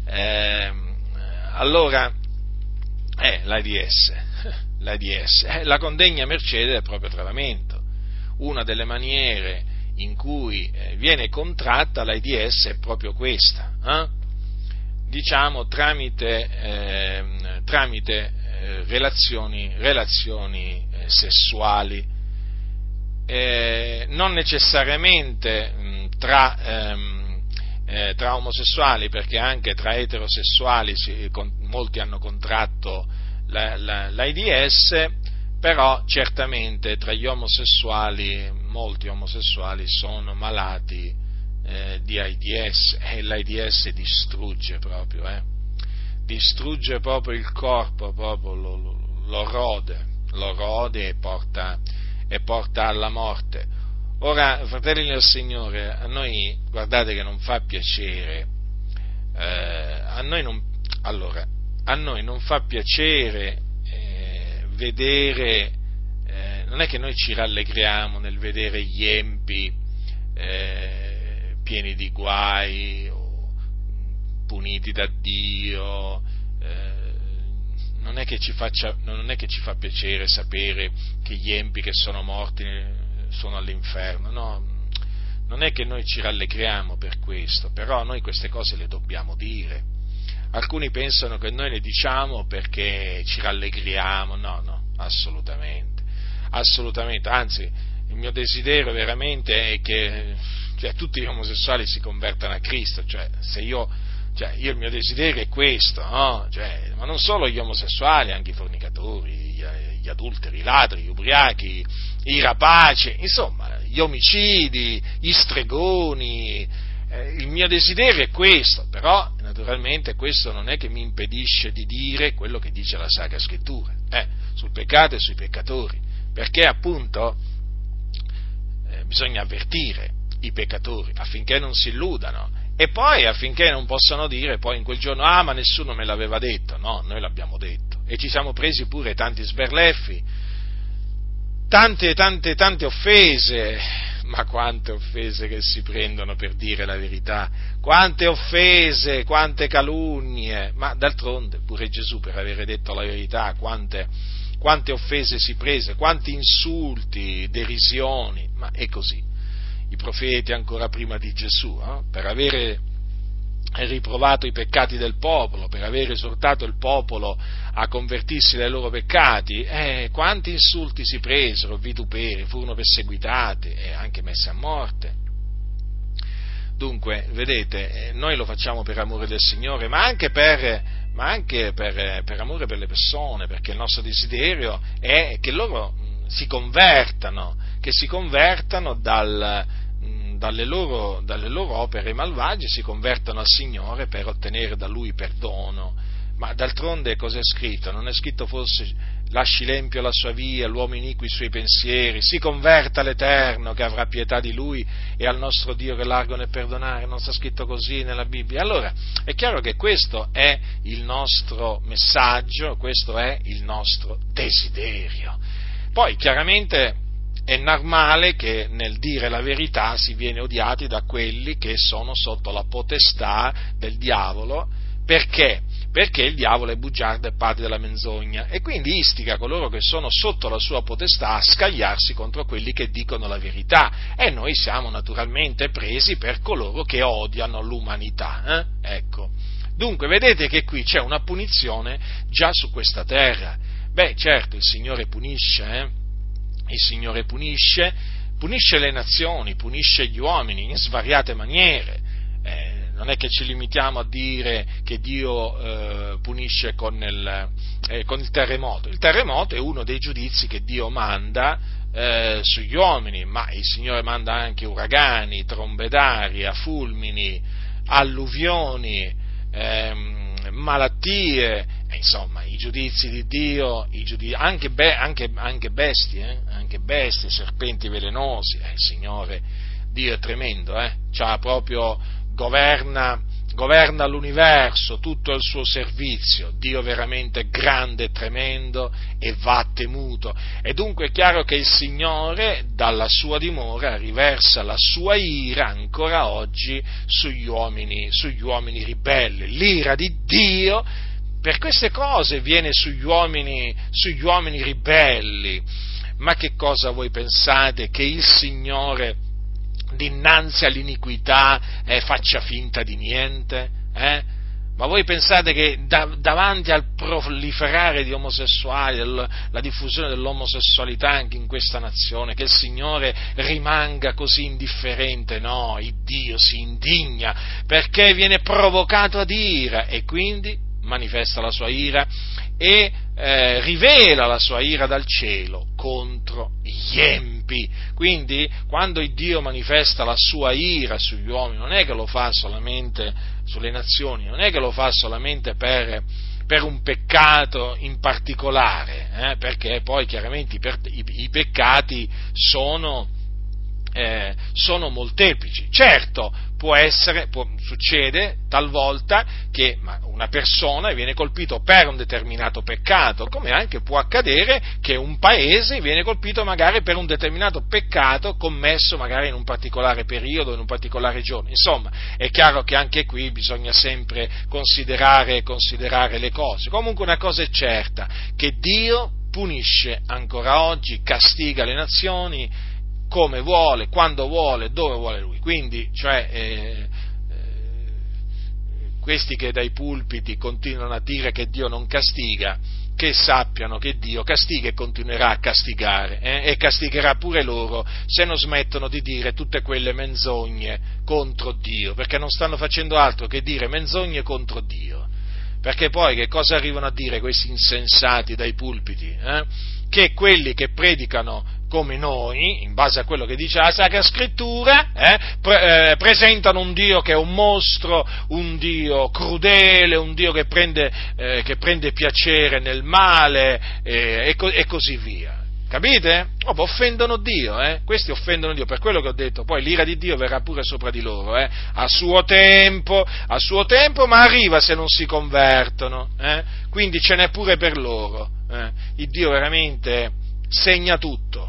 L'AIDS, la condegna mercede del proprio tradimento. Una delle maniere in cui viene contratta l'AIDS è proprio questa, diciamo tramite relazioni sessuali, non necessariamente tra omosessuali, perché anche tra eterosessuali molti hanno contratto l'AIDS, però certamente tra gli omosessuali molti omosessuali sono malati di AIDS, e l'AIDS distrugge proprio il corpo, proprio lo rode e porta alla morte. Ora, fratelli del Signore, a noi, guardate che non fa piacere, a noi non fa piacere vedere, non è che noi ci rallegriamo nel vedere gli empi pieni di guai, o puniti da Dio, non è che ci fa piacere sapere che gli empi che sono morti sono all'inferno, no, non è che noi ci rallegriamo per questo, però noi queste cose le dobbiamo dire. Alcuni pensano che noi le diciamo perché ci rallegriamo, no, assolutamente, anzi, il mio desiderio veramente è che tutti gli omosessuali si convertano a Cristo, il mio desiderio è questo, no? Ma non solo gli omosessuali, anche i fornicatori, gli adulteri, i ladri, gli ubriachi, i rapaci, insomma, gli omicidi, gli stregoni, il mio desiderio è questo, però naturalmente questo non è che mi impedisce di dire quello che dice la Sacra Scrittura, sul peccato e sui peccatori, perché appunto bisogna avvertire i peccatori affinché non si illudano, e poi affinché non possano dire poi in quel giorno: ma nessuno me l'aveva detto. No, noi l'abbiamo detto, e ci siamo presi pure tanti sberleffi, tante offese, ma quante offese che si prendono per dire la verità, quante offese, quante calunnie, ma d'altronde pure Gesù, per avere detto la verità, quante offese si prese, quanti insulti, derisioni, ma è così. I profeti ancora prima di Gesù, per avere riprovato i peccati del popolo, per aver esortato il popolo a convertirsi dai loro peccati, quanti insulti si presero, vituperi, furono perseguitati e anche messi a morte. Dunque, vedete, noi lo facciamo per amore del Signore, ma anche per amore per le persone, perché il nostro desiderio è che loro si convertano dalle loro opere malvagie, si convertano al Signore per ottenere da Lui perdono. Ma d'altronde cos'è scritto? Non è scritto forse: lasci l'empio la sua via, l'uomo iniquo i suoi pensieri, si converta all'Eterno che avrà pietà di lui, e al nostro Dio che è largo nel perdonare? Non sta scritto così nella Bibbia? Allora è chiaro che questo è il nostro messaggio, questo è il nostro desiderio. Poi chiaramente è normale che nel dire la verità si viene odiati da quelli che sono sotto la potestà del diavolo. Perché? Perché il diavolo è bugiardo e padre della menzogna, e quindi istiga coloro che sono sotto la sua potestà a scagliarsi contro quelli che dicono la verità, e noi siamo naturalmente presi per coloro che odiano l'umanità. Ecco. Dunque vedete che qui c'è una punizione già su questa terra. Beh, certo, il Signore punisce, il Signore punisce le nazioni, punisce gli uomini in svariate maniere. Non è che ci limitiamo a dire che Dio punisce con il terremoto. Il terremoto è uno dei giudizi che Dio manda sugli uomini, ma il Signore manda anche uragani, trombe d'aria, fulmini, alluvioni, malattie, insomma, i giudizi di Dio, anche bestie, serpenti velenosi. Il Signore Dio è tremendo, c'ha proprio, governa l'universo, tutto al suo servizio. Dio veramente grande e tremendo e va temuto. E dunque è chiaro che il Signore dalla sua dimora riversa la sua ira ancora oggi sugli uomini ribelli. L'ira di Dio per queste cose viene sugli uomini ribelli. Ma che cosa voi pensate? Che il Signore dinanzi all'iniquità faccia finta di niente? Ma voi pensate che davanti al proliferare di omosessuali, la diffusione dell'omosessualità anche in questa nazione, che il Signore rimanga così indifferente? No, il Dio si indigna perché viene provocato ad ira e quindi manifesta la sua ira e rivela la sua ira dal cielo contro gli empi. Quindi quando il Dio manifesta la sua ira sugli uomini non è che lo fa solamente sulle nazioni, non è che lo fa solamente per un peccato in particolare, perché poi chiaramente i peccati sono molteplici. Certo, succede talvolta che una persona viene colpito per un determinato peccato, come anche può accadere che un paese viene colpito magari per un determinato peccato commesso magari in un particolare periodo, in un particolare giorno. Insomma, è chiaro che anche qui bisogna sempre considerare le cose. Comunque una cosa è certa, che Dio punisce ancora oggi, castiga le nazioni come vuole, quando vuole, dove vuole Lui. Quindi, questi che dai pulpiti continuano a dire che Dio non castiga, che sappiano che Dio castiga e continuerà a castigare, e castigherà pure loro se non smettono di dire tutte quelle menzogne contro Dio, perché non stanno facendo altro che dire menzogne contro Dio. Perché poi che cosa arrivano a dire questi insensati dai pulpiti? Che quelli che predicano come noi, in base a quello che dice la Sacra Scrittura, presentano un Dio che è un mostro, un Dio crudele, un Dio che prende piacere nel male, e così via. Capite? Offendono Dio, questi offendono Dio, per quello che ho detto, poi l'ira di Dio verrà pure sopra di loro, a suo tempo, ma arriva se non si convertono, quindi ce n'è pure per loro, il Dio veramente segna tutto,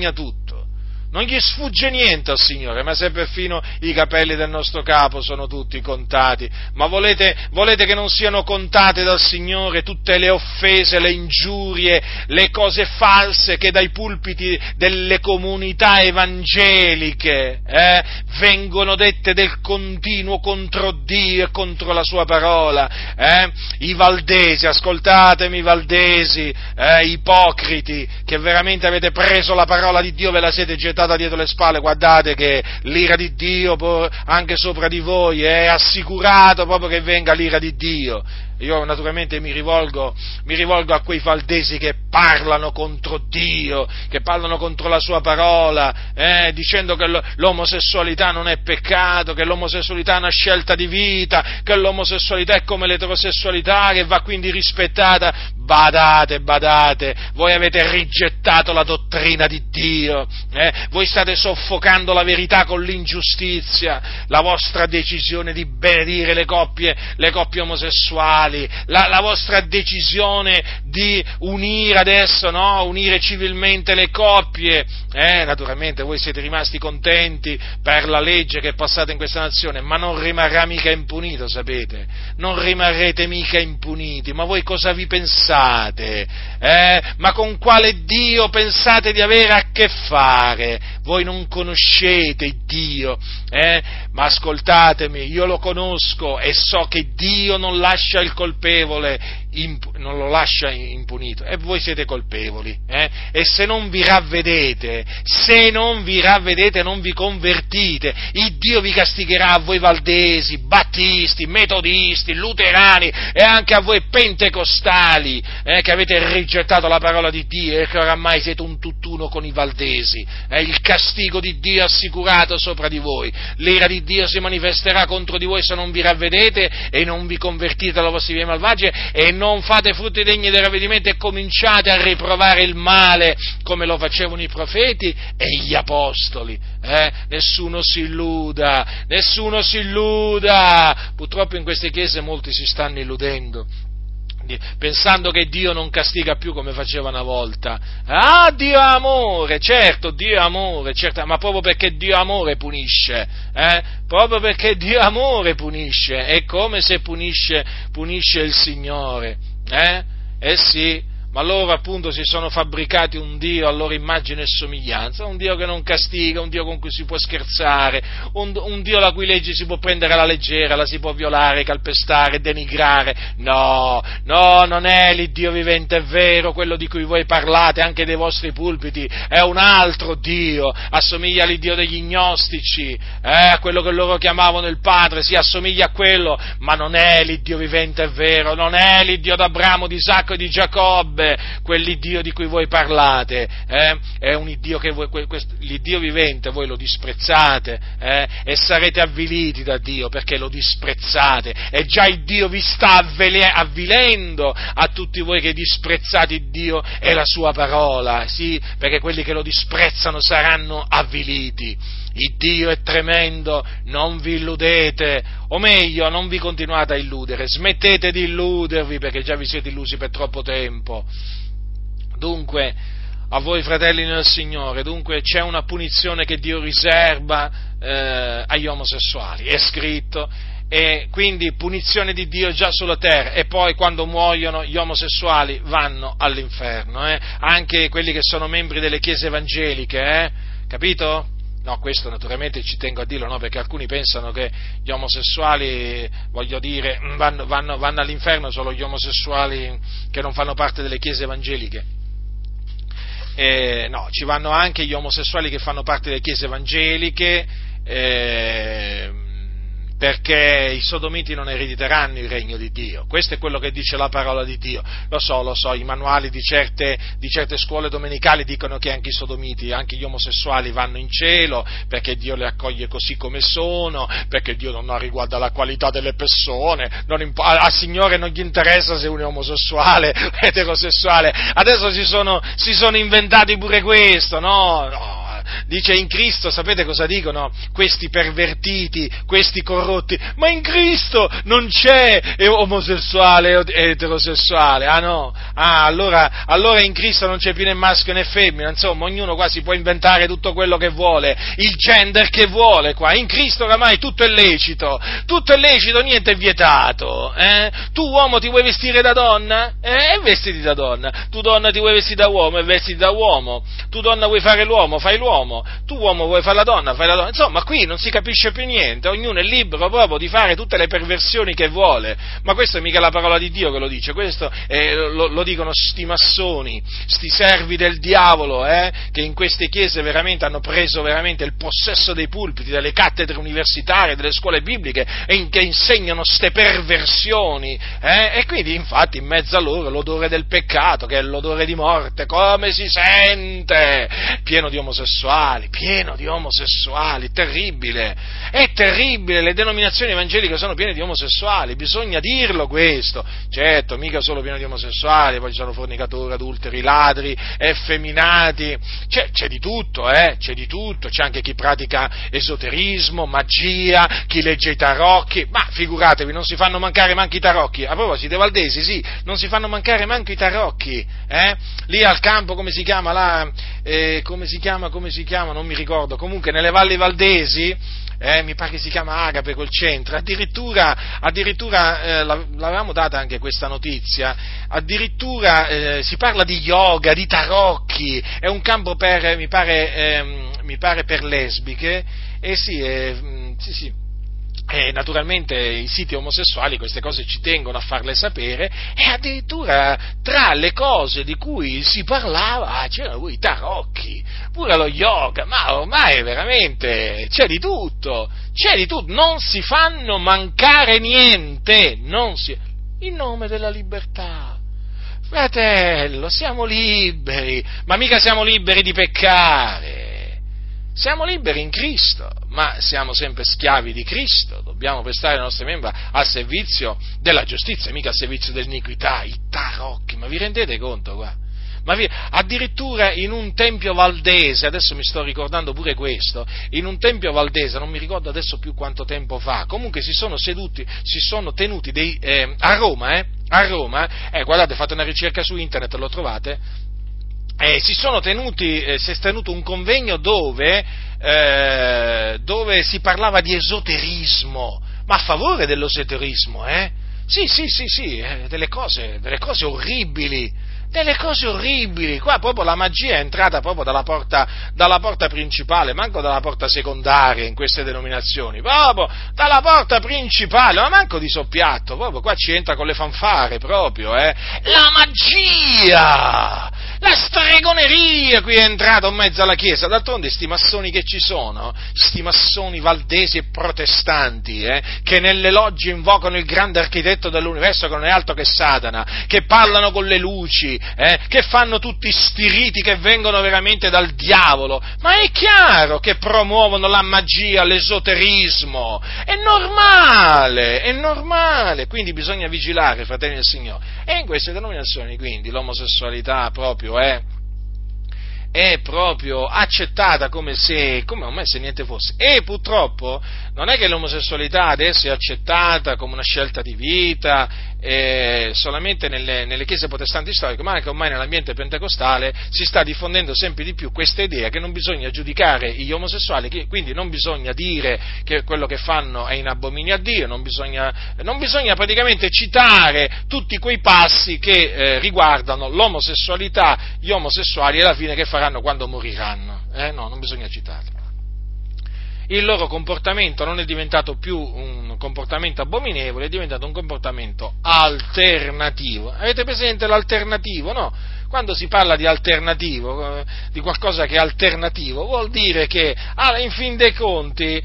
non gli sfugge niente al Signore, ma se perfino i capelli del nostro capo sono tutti contati. Ma volete che non siano contate dal Signore tutte le offese, le ingiurie, le cose false che dai pulpiti delle comunità evangeliche vengono dette del continuo contro Dio e contro la sua parola? I valdesi, ascoltatemi valdesi, ipocriti, che veramente avete preso la parola di Dio, ve la siete gettata dietro le spalle. Guardate che l'ira di Dio anche sopra di voi è assicurato proprio che venga l'ira di Dio. Io naturalmente mi rivolgo a quei valdesi che parlano contro Dio, che parlano contro la sua parola, dicendo che l'omosessualità non è peccato, che l'omosessualità è una scelta di vita, che l'omosessualità è come l'eterosessualità, che va quindi rispettata. Badate, voi avete rigettato la dottrina di Dio, voi state soffocando la verità con l'ingiustizia, la vostra decisione di benedire le coppie omosessuali, omosessuali, la vostra decisione di unire adesso, no? Unire civilmente le coppie, naturalmente voi siete rimasti contenti per la legge che è passata in questa nazione, ma non rimarrà mica impunito, sapete? Non rimarrete mica impuniti, ma voi cosa vi pensate? Ma con quale Dio pensate di avere a che fare? Voi non conoscete Dio, ma ascoltatemi, io lo conosco e so che Dio non lascia il colpevole, non lo lascia impunito, e voi siete colpevoli, e se non vi ravvedete, non vi convertite, il Dio vi castigherà, a voi valdesi, battisti, metodisti, luterani e anche a voi pentecostali, che avete rigettato la parola di Dio e che oramai siete un tutt'uno con i valdesi, il castigo di Dio è assicurato sopra di voi, l'ira di Dio si manifesterà contro di voi se non vi ravvedete e non vi convertite alla vostra via malvagia e non fate frutti degni del ravvedimento e cominciate a riprovare il male come lo facevano i profeti e gli apostoli. Nessuno si illuda, purtroppo in queste chiese molti si stanno illudendo, pensando che Dio non castiga più come faceva una volta. Dio è amore, certo, Dio è amore, certo, ma proprio perché Dio è amore punisce, proprio perché Dio è amore punisce, è come se punisce il Signore, sì. Ma loro appunto si sono fabbricati un Dio a loro immagine e somiglianza, un Dio che non castiga, un Dio con cui si può scherzare, un Dio la cui legge si può prendere alla leggera, la si può violare, calpestare, denigrare. No, non è l'Iddio vivente, è vero, quello di cui voi parlate anche dei vostri pulpiti, è un altro Dio, assomiglia all'Iddio degli gnostici, a quello che loro chiamavano il Padre, si assomiglia a quello, ma non è l'Iddio vivente, è vero, non è l'Iddio d'Abramo, di Isacco e di Giacobbe, quell'Iddio di cui voi parlate, è un Iddio che l'Iddio vivente voi lo disprezzate, e sarete avviliti da Dio perché lo disprezzate, e già il Dio vi sta avvilendo a tutti voi che disprezzate il Dio e la sua parola, sì, perché quelli che lo disprezzano saranno avviliti. Il Dio è tremendo, non vi illudete, o meglio, non vi continuate a illudere, smettete di illudervi perché già vi siete illusi per troppo tempo. Dunque, a voi fratelli nel Signore, dunque c'è una punizione che Dio riserva agli omosessuali, è scritto, e quindi punizione di Dio già sulla terra, e poi quando muoiono gli omosessuali vanno all'inferno, anche quelli che sono membri delle chiese evangeliche, capito? No, questo naturalmente ci tengo a dirlo, no, perché alcuni pensano che gli omosessuali, voglio dire, vanno all'inferno solo gli omosessuali che non fanno parte delle chiese evangeliche. No, ci vanno anche gli omosessuali che fanno parte delle chiese evangeliche, perché i sodomiti non erediteranno il regno di Dio. Questo è quello che dice la parola di Dio. Lo so, i manuali di certe scuole domenicali dicono che anche i sodomiti, anche gli omosessuali vanno in cielo, perché Dio li accoglie così come sono, perché Dio non ha riguardo alla qualità delle persone, al Signore non gli interessa se uno è omosessuale, eterosessuale. Adesso si sono inventati pure questo, no. Dice in Cristo, sapete cosa dicono questi pervertiti, questi corrotti? Ma in Cristo non c'è omosessuale e eterosessuale, no? Allora in Cristo non c'è più né maschio né femmina, insomma, ognuno qua si può inventare tutto quello che vuole, il gender che vuole qua, in Cristo oramai tutto è lecito, niente è vietato, Tu uomo ti vuoi vestire da donna? E vestiti da donna, tu donna ti vuoi vestire da uomo e vestiti da uomo, tu donna vuoi fare l'uomo, fai l'uomo, tu uomo vuoi fare la donna, fai la donna, insomma qui non si capisce più niente, ognuno è libero proprio di fare tutte le perversioni che vuole, ma questa è mica la parola di Dio che lo dice, questo lo dicono sti massoni, sti servi del diavolo, che in queste chiese veramente hanno preso veramente il possesso dei pulpiti, delle cattedre universitarie, delle scuole bibliche, e che insegnano ste perversioni, e quindi infatti in mezzo a loro l'odore del peccato, che è l'odore di morte, come si sente, pieno di omosessuali, pieno di omosessuali, è terribile, le denominazioni evangeliche sono piene di omosessuali, bisogna dirlo questo, certo, mica solo pieno di omosessuali, poi ci sono fornicatori, adulteri, ladri, effeminati, c'è di tutto, c'è anche chi pratica esoterismo, magia, chi legge i tarocchi, ma figuratevi, non si fanno mancare manco i tarocchi, a proposito dei valdesi, sì, non si fanno mancare manco i tarocchi, lì al campo, come si chiama, là, come si chiama, non mi ricordo, comunque nelle valli valdesi, mi pare che si chiama Agape col centro, addirittura l'avevamo data anche questa notizia, addirittura si parla di yoga, di tarocchi, è un campo per, mi pare per lesbiche, e sì. E naturalmente i siti omosessuali queste cose ci tengono a farle sapere, e addirittura tra le cose di cui si parlava c'erano i tarocchi, pure lo yoga, ma ormai veramente c'è di tutto, non si fanno mancare niente, in nome della libertà. Fratello, siamo liberi, ma mica siamo liberi di peccare. Siamo liberi in Cristo, ma siamo sempre schiavi di Cristo, dobbiamo prestare le nostre membra al servizio della giustizia, mica al servizio dell'iniquità, i tarocchi, ma vi rendete conto qua? Addirittura in un tempio valdese, adesso mi sto ricordando pure questo, in un tempio valdese, non mi ricordo adesso più quanto tempo fa, comunque si sono tenuti a Roma, guardate, fate una ricerca su internet, lo trovate. Si è tenuto un convegno dove si parlava di esoterismo, ma a favore dell'esoterismo, Sì, delle cose orribili, qua proprio la magia è entrata proprio dalla porta principale, manco dalla porta secondaria in queste denominazioni, proprio dalla porta principale, ma manco di soppiatto, proprio qua ci entra con le fanfare proprio, la magia! La stregoneria qui è entrata in mezzo alla Chiesa, d'altronde sti massoni che ci sono, sti massoni valdesi e protestanti, che nelle logge invocano il grande architetto dell'universo che non è altro che Satana, che parlano con le luci, che fanno tutti sti riti che vengono veramente dal diavolo, ma è chiaro che promuovono la magia, l'esoterismo, è normale, quindi bisogna vigilare, fratelli del Signore, e in queste denominazioni quindi l'omosessualità proprio è proprio accettata come ormai se niente fosse, e purtroppo non è che l'omosessualità adesso è accettata come una scelta di vita solamente nelle chiese protestanti storiche, ma anche ormai nell'ambiente pentecostale si sta diffondendo sempre di più questa idea che non bisogna giudicare gli omosessuali, che quindi non bisogna dire che quello che fanno è in abominio a Dio, non bisogna praticamente citare tutti quei passi che riguardano l'omosessualità, gli omosessuali e la fine che faranno quando moriranno, no, non bisogna citarli. Il loro comportamento non è diventato più un comportamento abominevole, è diventato un comportamento alternativo. Avete presente l'alternativo, no? Quando si parla di alternativo, di qualcosa che è alternativo, vuol dire che in fin dei conti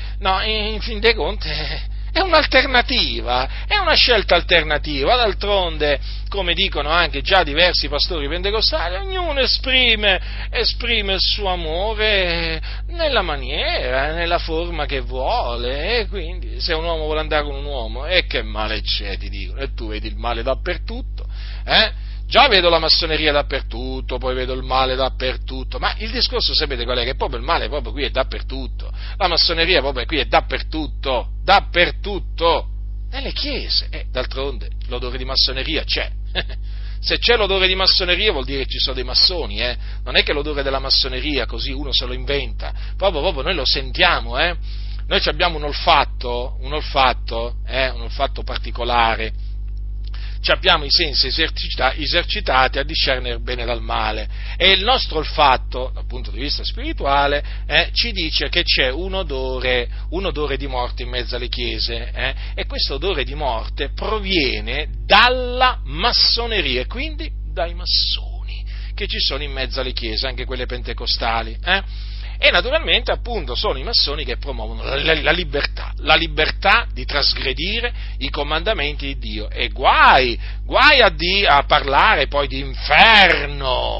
è un'alternativa, è una scelta alternativa, d'altronde, come dicono anche già diversi pastori pentecostali, ognuno esprime il suo amore nella maniera, nella forma che vuole, e quindi se un uomo vuole andare con un uomo, e che male c'è, ti dicono, e tu vedi il male dappertutto, Già vedo la massoneria dappertutto, poi vedo il male dappertutto, ma il discorso sapete qual è? Che proprio il male proprio qui è dappertutto, la massoneria proprio qui è dappertutto, nelle chiese, d'altronde l'odore di massoneria c'è, se c'è l'odore di massoneria vuol dire che ci sono dei massoni, non è che l'odore della massoneria così uno se lo inventa, proprio noi lo sentiamo, noi abbiamo un olfatto particolare, abbiamo i sensi esercitati a discernere il bene dal male, e il nostro olfatto, dal punto di vista spirituale, ci dice che c'è un odore di morte in mezzo alle chiese, e questo odore di morte proviene dalla massoneria, e quindi dai massoni che ci sono in mezzo alle chiese, anche quelle pentecostali, E naturalmente, appunto, sono i massoni che promuovono la libertà di trasgredire i comandamenti di Dio. E guai a parlare poi di inferno,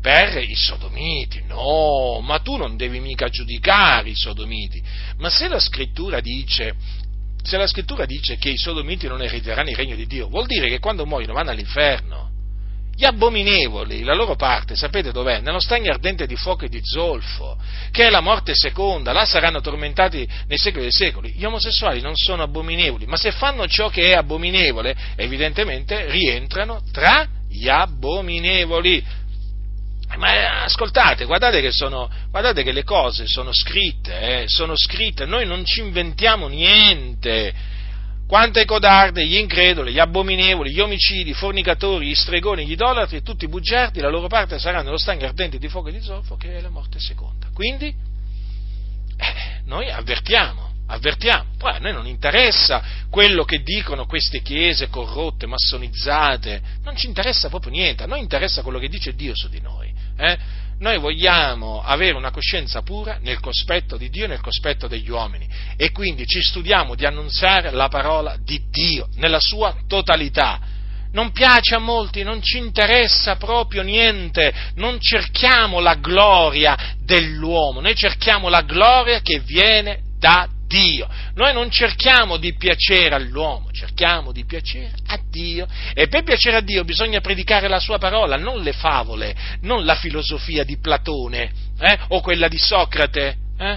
per i sodomiti. No, ma tu non devi mica giudicare i sodomiti. Ma se la scrittura dice che i sodomiti non erediteranno il regno di Dio, vuol dire che quando muoiono vanno all'inferno. Gli abominevoli, la loro parte, sapete dov'è? Nello stagno ardente di fuoco e di zolfo, che è la morte seconda, là saranno tormentati nei secoli dei secoli. Gli omosessuali non sono abominevoli, ma se fanno ciò che è abominevole, evidentemente rientrano tra gli abominevoli. Ma ascoltate, guardate che le cose sono scritte, noi non ci inventiamo niente. Quante codarde, gli increduli, gli abominevoli, gli omicidi, i fornicatori, gli stregoni, gli idolatri e tutti i bugiardi, la loro parte sarà nello stagno ardente di fuoco e di zolfo, che è la morte seconda. Quindi, noi avvertiamo. Poi a noi non interessa quello che dicono queste chiese corrotte, massonizzate, non ci interessa proprio niente, a noi interessa quello che dice Dio su di noi. Noi vogliamo avere una coscienza pura nel cospetto di Dio e nel cospetto degli uomini, e quindi ci studiamo di annunziare la parola di Dio nella sua totalità. Non piace a molti, non ci interessa proprio niente, non cerchiamo la gloria dell'uomo, noi cerchiamo la gloria che viene da Dio. Noi non cerchiamo di piacere all'uomo, cerchiamo di piacere a Dio, e per piacere a Dio bisogna predicare la sua parola, non le favole, non la filosofia di Platone, o quella di Socrate,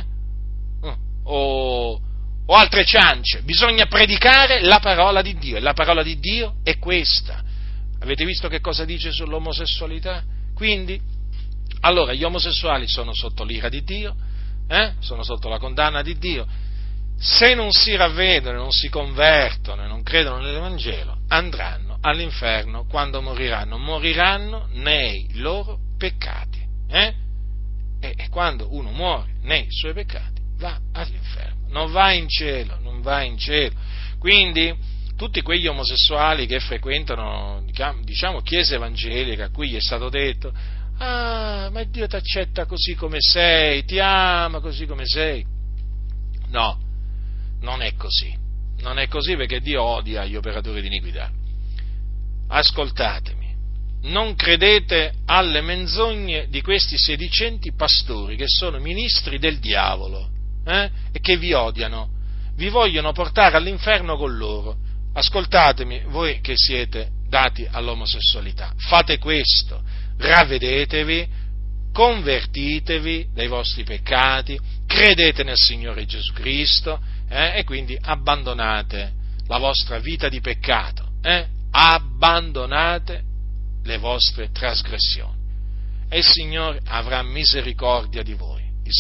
o altre ciance. Bisogna predicare la parola di Dio, e la parola di Dio è questa. Avete visto che cosa dice sull'omosessualità? Quindi, allora, gli omosessuali sono sotto l'ira di Dio, sono sotto la condanna di Dio. Se non si ravvedono, non si convertono e non credono nell'Evangelo, andranno all'inferno quando moriranno nei loro peccati. E quando uno muore nei suoi peccati va all'inferno, non va in cielo. Quindi tutti quegli omosessuali che frequentano, diciamo, chiese evangeliche, a cui gli è stato detto: ah, ma Dio ti accetta così come sei, ti ama così come sei. No, non è così perché Dio odia gli operatori di iniquità. Ascoltatemi, non credete alle menzogne di questi sedicenti pastori che sono ministri del diavolo, e che vi odiano, vi vogliono portare all'inferno con loro. Ascoltatemi, voi che siete dati all'omosessualità, fate questo, ravvedetevi, convertitevi dai vostri peccati, credete nel Signore Gesù Cristo, e quindi abbandonate la vostra vita di peccato, abbandonate le vostre trasgressioni, e il Signore avrà misericordia di voi.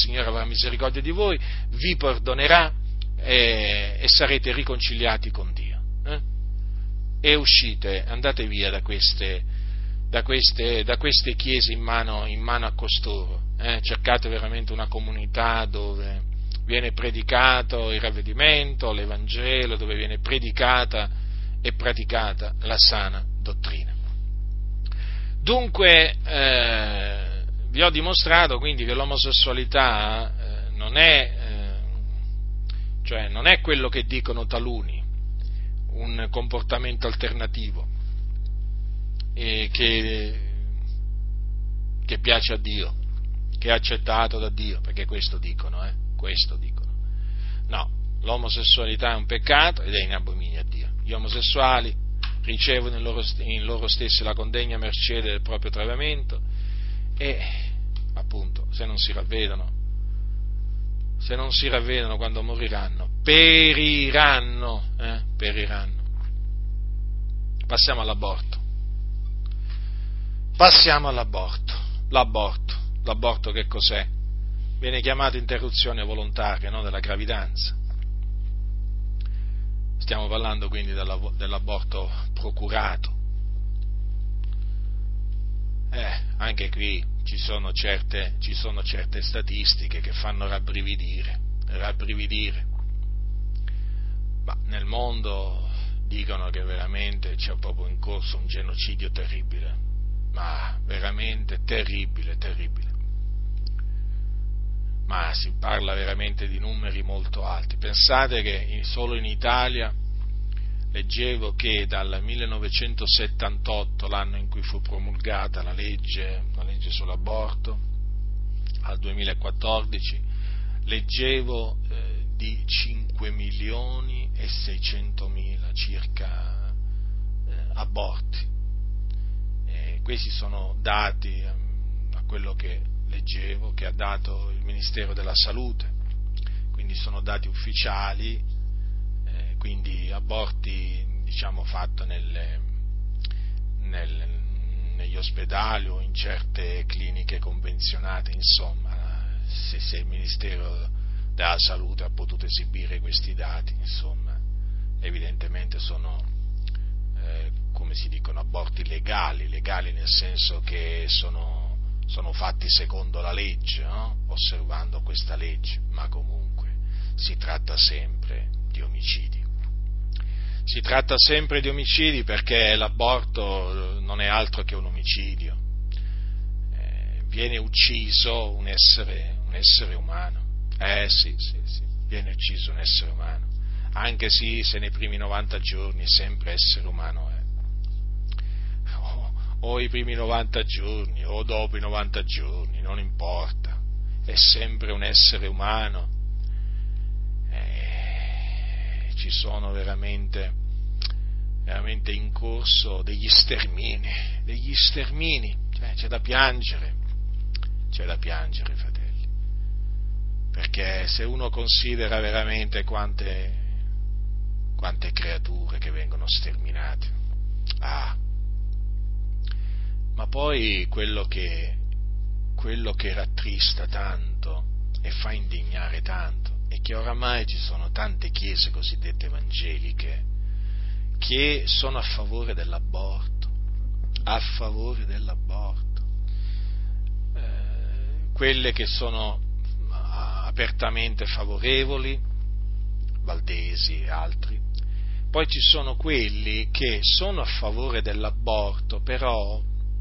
Vi perdonerà e sarete riconciliati con Dio. E andate via da queste chiese in mano a costoro. Cercate veramente una comunità dove viene predicato il ravvedimento, l'Evangelo, dove viene predicata e praticata la sana dottrina. Dunque, vi ho dimostrato quindi che l'omosessualità non è quello che dicono taluni, un comportamento alternativo che piace a Dio, che è accettato da Dio, perché questo dicono. No, l'omosessualità è un peccato ed è in abominio a Dio. Gli omosessuali ricevono in loro stessi la condegna mercede del proprio tradimento, e appunto se non si ravvedono quando moriranno, periranno. Passiamo all'aborto. L'aborto che cos'è? Viene chiamato interruzione volontaria, no, della gravidanza. Stiamo parlando quindi dell'aborto procurato. Anche qui ci sono certe statistiche che fanno rabbrividire. Ma nel mondo dicono che veramente c'è proprio in corso un genocidio terribile, ma veramente terribile. Ma si parla veramente di numeri molto alti. Pensate che solo in Italia leggevo che dal 1978, l'anno in cui fu promulgata la legge sull'aborto, al 2014, leggevo di 5 milioni e 600 mila circa aborti. Questi sono dati, a quello che leggevo, che ha dato il Ministero della Salute, quindi sono dati ufficiali, quindi aborti, fatti negli ospedali o in certe cliniche convenzionate, insomma, se il Ministero della Salute ha potuto esibire questi dati, insomma, evidentemente sono, come si dicono, aborti legali nel senso che sono fatti secondo la legge, no? Osservando questa legge, ma comunque si tratta sempre di omicidi. Si tratta sempre di omicidi perché l'aborto non è altro che un omicidio. Viene ucciso un essere umano. Sì, viene ucciso un essere umano. Anche se nei primi 90 giorni è sempre essere umano è. O i primi 90 giorni, o dopo i 90 giorni, non importa. È sempre un essere umano. Ci sono veramente in corso degli stermini, cioè, c'è da piangere, fratelli, perché se uno considera veramente quante creature che vengono sterminate, ma poi quello che rattrista tanto e fa indignare tanto è che oramai ci sono tante chiese cosiddette evangeliche che sono a favore dell'aborto, quelle che sono apertamente favorevoli, Valdesi e altri. Poi ci sono quelli che sono a favore dell'aborto, però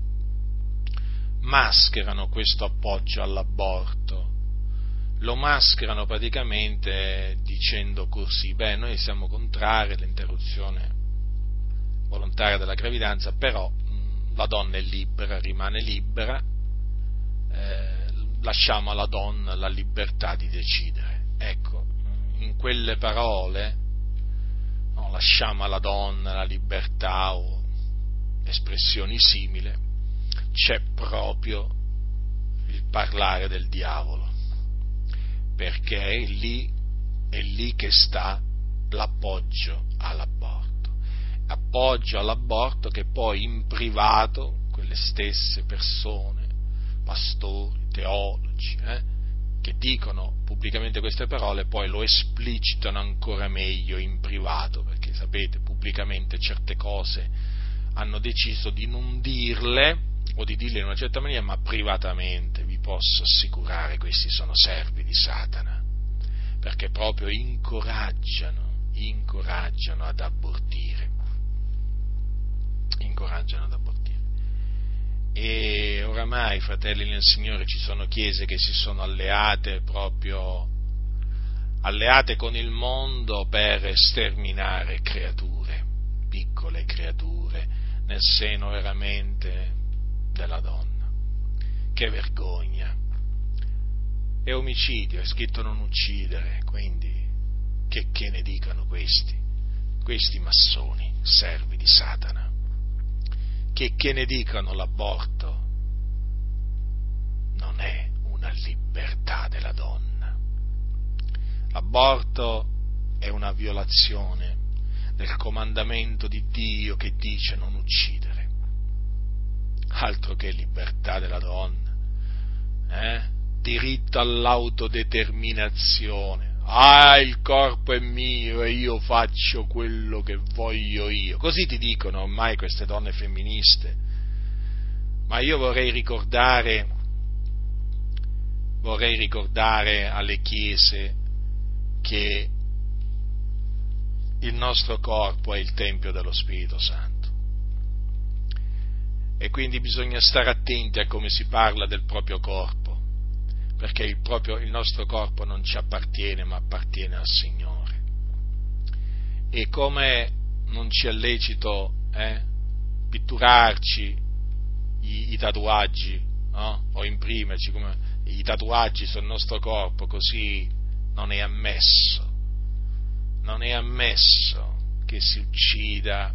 mascherano questo appoggio all'aborto, lo mascherano praticamente dicendo così: noi siamo contrari all'interruzione volontaria della gravidanza, però la donna è libera, rimane libera, lasciamo alla donna la libertà di decidere. Ecco, in quelle parole, no, lasciamo alla donna la libertà o espressioni simili, c'è proprio il parlare del diavolo, perché è lì che sta l'appoggio all'aborto che poi in privato quelle stesse persone, pastori, teologi, che dicono pubblicamente queste parole, poi lo esplicitano ancora meglio in privato, perché sapete, pubblicamente certe cose hanno deciso di non dirle o di dirle in una certa maniera, ma privatamente vi posso assicurare questi sono servi di Satana, perché proprio incoraggiano ad abortire. E oramai, fratelli nel Signore, ci sono chiese che si sono alleate con il mondo per sterminare piccole creature, nel seno veramente della donna. Che vergogna! È omicidio, è scritto non uccidere, quindi che ne dicano questi massoni, servi di Satana? Che ne dicano l'aborto? Non è una libertà della donna. L'aborto è una violazione del comandamento di Dio che dice non uccidere. Altro che libertà della donna, diritto all'autodeterminazione. Il corpo è mio e io faccio quello che voglio io. Così ti dicono ormai queste donne femministe. Ma io vorrei ricordare alle chiese che il nostro corpo è il Tempio dello Spirito Santo. E quindi bisogna stare attenti a come si parla del proprio corpo, perché il nostro corpo non ci appartiene, ma appartiene al Signore. E come non ci è lecito pitturarci i tatuaggi, no? O imprimerci come i tatuaggi sul nostro corpo, così non è ammesso che si uccida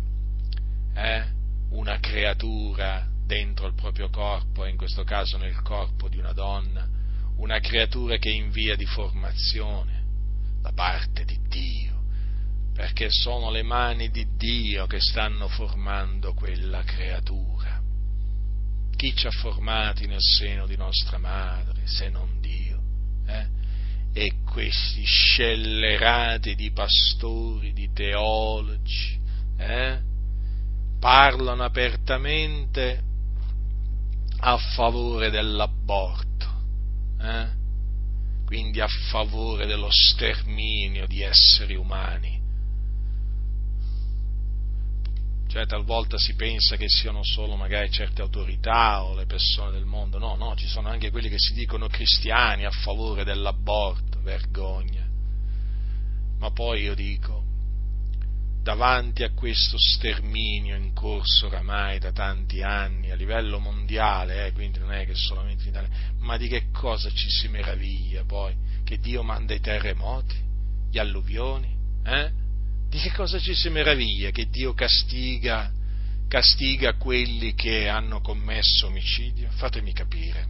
una creatura dentro il proprio corpo, e in questo caso nel corpo di una donna, una creatura che è in via di formazione da parte di Dio, perché sono le mani di Dio che stanno formando quella creatura. Chi ci ha formati nel seno di nostra madre, se non Dio? E questi scellerati di pastori, di teologi, parlano apertamente a favore dell'aborto, quindi a favore dello sterminio di esseri umani. Cioè, talvolta si pensa che siano solo magari certe autorità o le persone del mondo, no, ci sono anche quelli che si dicono cristiani a favore dell'aborto, vergogna. Ma poi io dico, davanti a questo sterminio in corso oramai da tanti anni a livello mondiale, quindi non è che solamente in Italia, ma di che cosa ci si meraviglia poi? Che Dio manda i terremoti, gli alluvioni, Di che cosa ci si meraviglia? Che Dio castiga quelli che hanno commesso omicidio? Fatemi capire.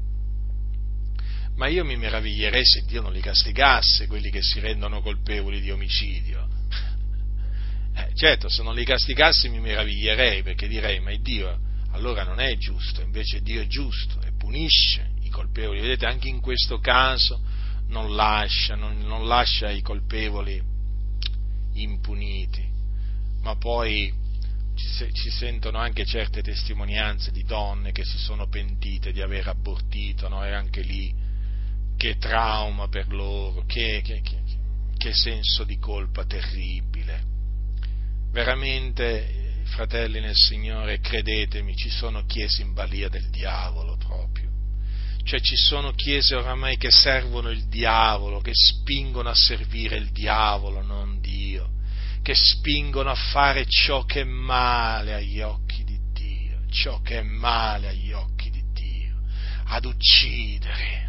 Ma io mi meraviglierei se Dio non li castigasse, quelli che si rendono colpevoli di omicidio. Certo, se non li castigasse mi meraviglierei, perché direi, ma Dio allora non è giusto, invece Dio è giusto e punisce i colpevoli. Vedete, anche in questo caso non lascia i colpevoli impuniti, ma poi ci sentono anche certe testimonianze di donne che si sono pentite di aver abortito, no? E anche lì che trauma per loro, che senso di colpa terribile. Veramente, fratelli nel Signore, credetemi, ci sono chiese in balia del diavolo proprio. Cioè ci sono chiese oramai che servono il diavolo, che spingono a servire il diavolo, non Dio, che spingono a fare ciò che è male agli occhi di Dio, ciò che è male agli occhi di Dio, ad uccidere.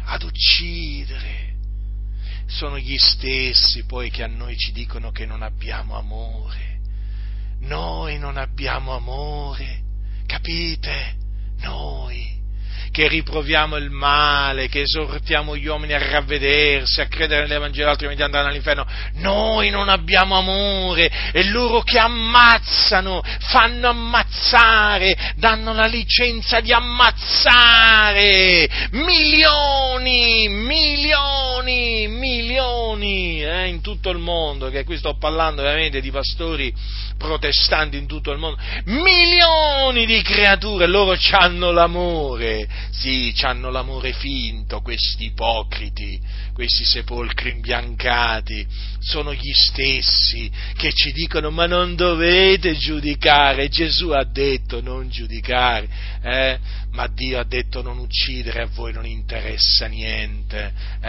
Sono gli stessi poi che a noi ci dicono che non abbiamo amore. Noi non abbiamo amore, capite? Noi che riproviamo il male, che esortiamo gli uomini a ravvedersi, a credere nell'Evangelo, altrimenti andranno all'inferno. Noi non abbiamo amore, e loro che ammazzano, fanno ammazzare, danno la licenza di ammazzare milioni in tutto il mondo, che qui sto parlando veramente di pastori protestanti in tutto il mondo, milioni di creature, loro c'hanno l'amore, sì, c'hanno l'amore finto, questi ipocriti, questi sepolcri imbiancati, sono gli stessi che ci dicono ma non dovete giudicare, Gesù ha detto non giudicare, ma Dio ha detto non uccidere, a voi non interessa niente,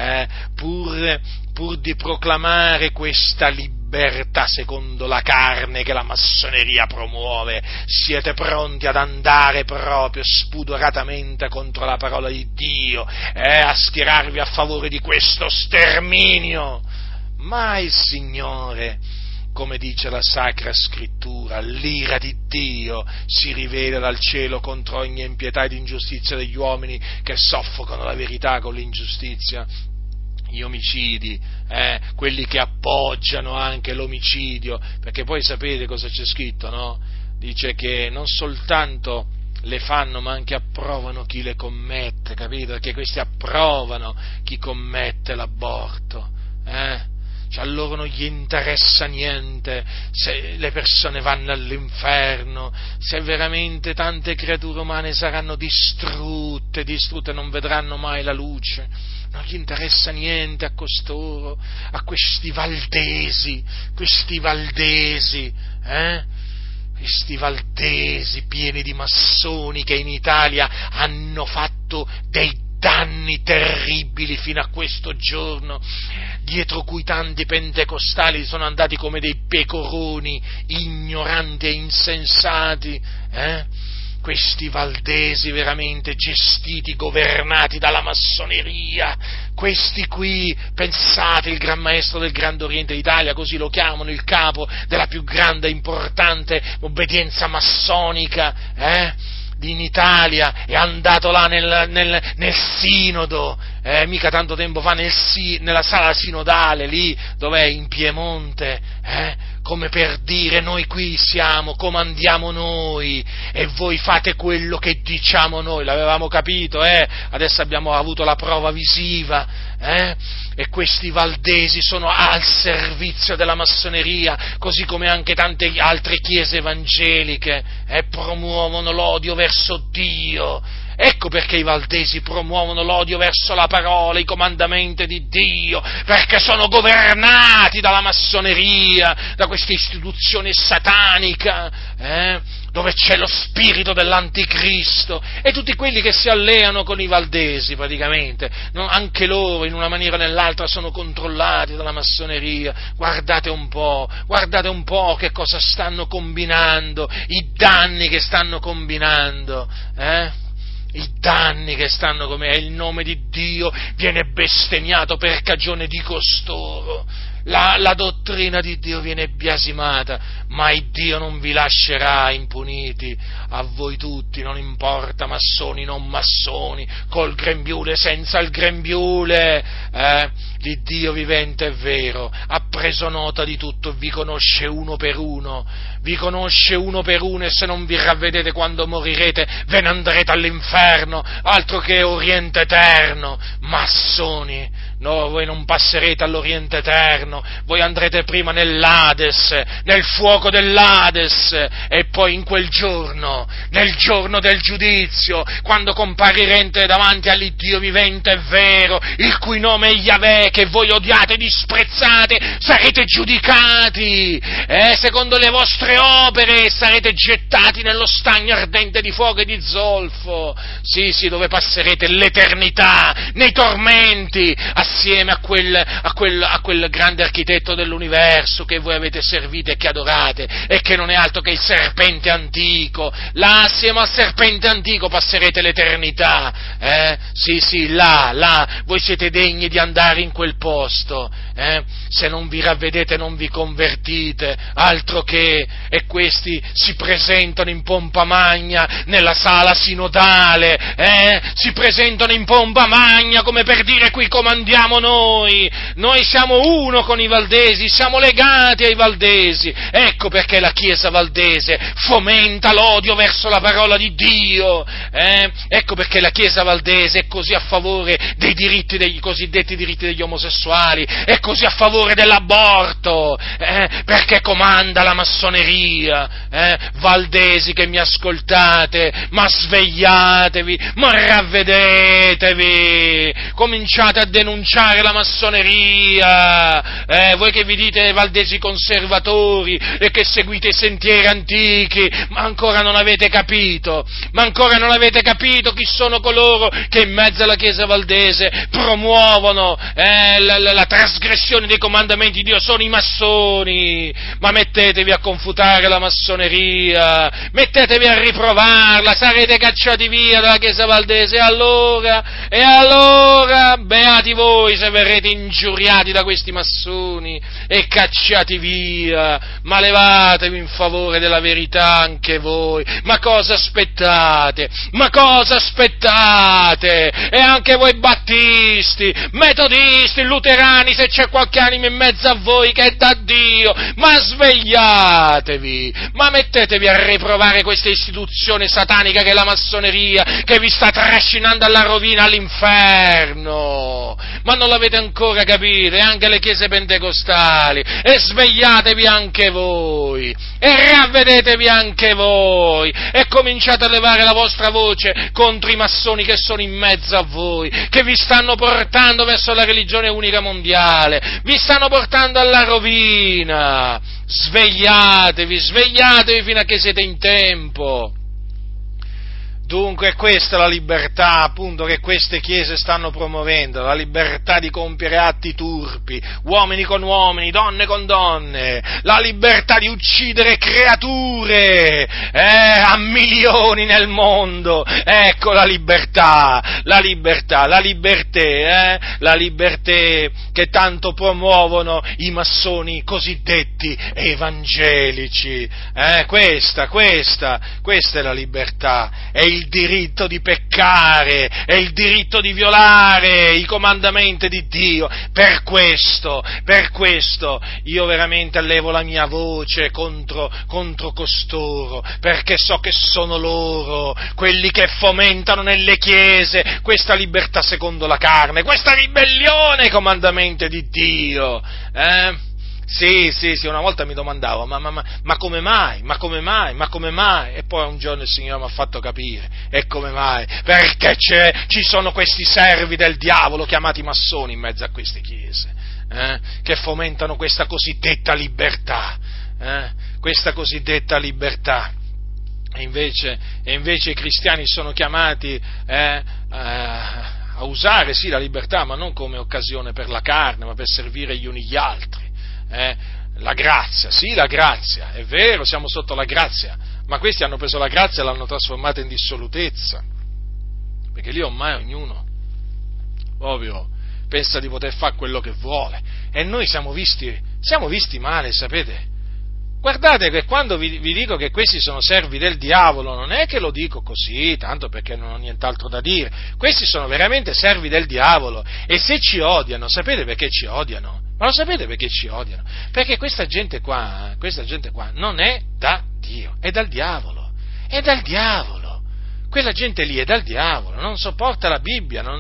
pur di proclamare questa libertà secondo la carne che la massoneria promuove, siete pronti ad andare proprio spudoratamente contro la parola di Dio, a schierarvi a favore di questo sterminio. Ma il Signore, come dice la Sacra Scrittura, l'ira di Dio si rivela dal cielo contro ogni impietà ed ingiustizia degli uomini che soffocano la verità con l'ingiustizia. Gli omicidi, quelli che appoggiano anche l'omicidio, perché poi sapete cosa c'è scritto, no? Dice che non soltanto le fanno, ma anche approvano chi le commette, capito? Perché questi approvano chi commette l'aborto, Cioè, a loro non gli interessa niente se le persone vanno all'inferno, se veramente tante creature umane saranno distrutte, non vedranno mai la luce. Non gli interessa niente a costoro, a questi valdesi, questi valdesi pieni di massoni che in Italia hanno fatto dei danni terribili fino a questo giorno, dietro cui tanti pentecostali sono andati come dei pecoroni ignoranti e insensati, questi valdesi veramente gestiti, governati dalla massoneria, questi qui, pensate, il Gran Maestro del Grande Oriente d'Italia, così lo chiamano, il capo della più grande e importante obbedienza massonica, in Italia, è andato là nel sinodo, mica tanto tempo fa, nella sala sinodale, lì, dov'è, in Piemonte, come per dire: noi qui siamo, comandiamo noi, e voi fate quello che diciamo noi. L'avevamo capito, adesso abbiamo avuto la prova visiva, e questi valdesi sono al servizio della massoneria, così come anche tante altre chiese evangeliche, promuovono l'odio verso Dio. Ecco perché i valdesi promuovono l'odio verso la parola, i comandamenti di Dio, perché sono governati dalla massoneria, da questa istituzione satanica, dove c'è lo spirito dell'anticristo, e tutti quelli che si alleano con i valdesi praticamente, no? Anche loro in una maniera o nell'altra sono controllati dalla massoneria. Guardate un po' che cosa stanno combinando, i danni che stanno combinando, i danni che stanno, come il nome di Dio viene bestemmiato per cagione di costoro, la dottrina di Dio viene biasimata, ma il Dio non vi lascerà impuniti, a voi tutti, non importa massoni, non massoni, col grembiule, senza il grembiule, l'Iddio vivente è vero, ha preso nota di tutto e vi conosce uno per uno, e se non vi ravvedete quando morirete ve ne andrete all'inferno, altro che Oriente Eterno, massoni, no, voi non passerete all'Oriente Eterno, voi andrete prima nell'Ades, nel fuoco dell'Ades, e poi in quel giorno, nel giorno del giudizio, quando comparirete davanti all'Iddio vivente e vero, il cui nome è Yahweh, che voi odiate e disprezzate, sarete giudicati, secondo le vostre opere, sarete gettati nello stagno ardente di fuoco e di zolfo, sì, dove passerete l'eternità, nei tormenti, assieme a quel grande architetto dell'universo che voi avete servito e che adorate, e che non è altro che il serpente antico. Là, assieme al serpente antico, passerete l'eternità, sì, là, voi siete degni di andare in quel posto, se non vi ravvedete, non vi convertite, altro che, e questi si presentano in pompa magna nella sala sinodale, si presentano in pompa magna come per dire: qui comandiamo noi siamo uno con i valdesi, siamo legati ai valdesi. Ecco perché la Chiesa valdese fomenta l'odio verso la parola di Dio, ecco perché la Chiesa valdese è così a favore dei diritti, dei cosiddetti diritti degli omosessuali, è così a favore dell'aborto, perché comanda la massoneria. Valdesi che mi ascoltate, ma svegliatevi, ma ravvedetevi, cominciate a denunciare la massoneria, voi che vi dite valdesi conservatori e che seguite i sentieri antichi, ma ancora non avete capito chi sono coloro che in mezzo alla Chiesa valdese promuovono la trasgressione dei comandamenti di Dio, sono i massoni. Ma mettetevi a confutare la massoneria, mettetevi a riprovarla, sarete cacciati via dalla Chiesa valdese, e allora beati voi se verrete ingiuriati da questi massoni e cacciati via, ma levatevi in favore della verità anche voi. Ma cosa aspettate? E anche voi battisti, metodisti, luterani, se c'è qualche anima in mezzo a voi che è da Dio, ma svegliatevi, ma mettetevi a riprovare questa istituzione satanica che è la massoneria, che vi sta trascinando alla rovina, all'inferno. Ma non l'avete ancora capito? E anche le chiese pentecostali, e svegliatevi anche voi, e ravvedetevi anche voi, e cominciate a levare la vostra voce contro i massoni che sono in mezzo a voi, che vi stanno portando verso la religione unica mondiale, vi stanno portando alla rovina. Svegliatevi fino a che siete in tempo. Dunque, questa è la libertà, appunto, che queste chiese stanno promuovendo, la libertà di compiere atti turpi, uomini con uomini, donne con donne, la libertà di uccidere creature, a milioni nel mondo, ecco la libertà, la libertà che tanto promuovono i massoni cosiddetti evangelici, questa è la libertà, è il diritto di peccare, è il diritto di violare i comandamenti di Dio. Per questo io veramente allevo la mia voce contro costoro, perché so che sono loro quelli che fomentano nelle chiese questa libertà secondo la carne, questa ribellione ai comandamenti di Dio. Sì, una volta mi domandavo, ma come mai? E poi un giorno il Signore mi ha fatto capire, e come mai? Perché ci sono questi servi del diavolo chiamati massoni in mezzo a queste chiese, che fomentano questa cosiddetta libertà, E invece i cristiani sono chiamati, a usare sì la libertà, ma non come occasione per la carne, ma per servire gli uni gli altri. La grazia, è vero, siamo sotto la grazia, ma questi hanno preso la grazia e l'hanno trasformata in dissolutezza, perché lì ormai ognuno proprio pensa di poter fare quello che vuole, e noi siamo visti male, sapete? Guardate che quando vi dico che questi sono servi del diavolo, non è che lo dico così, tanto perché non ho nient'altro da dire, questi sono veramente servi del diavolo, e se ci odiano, sapete perché ci odiano? Ma lo sapete perché ci odiano? Perché questa gente qua non è da Dio, è dal diavolo, quella gente lì è dal diavolo, non sopporta la Bibbia, non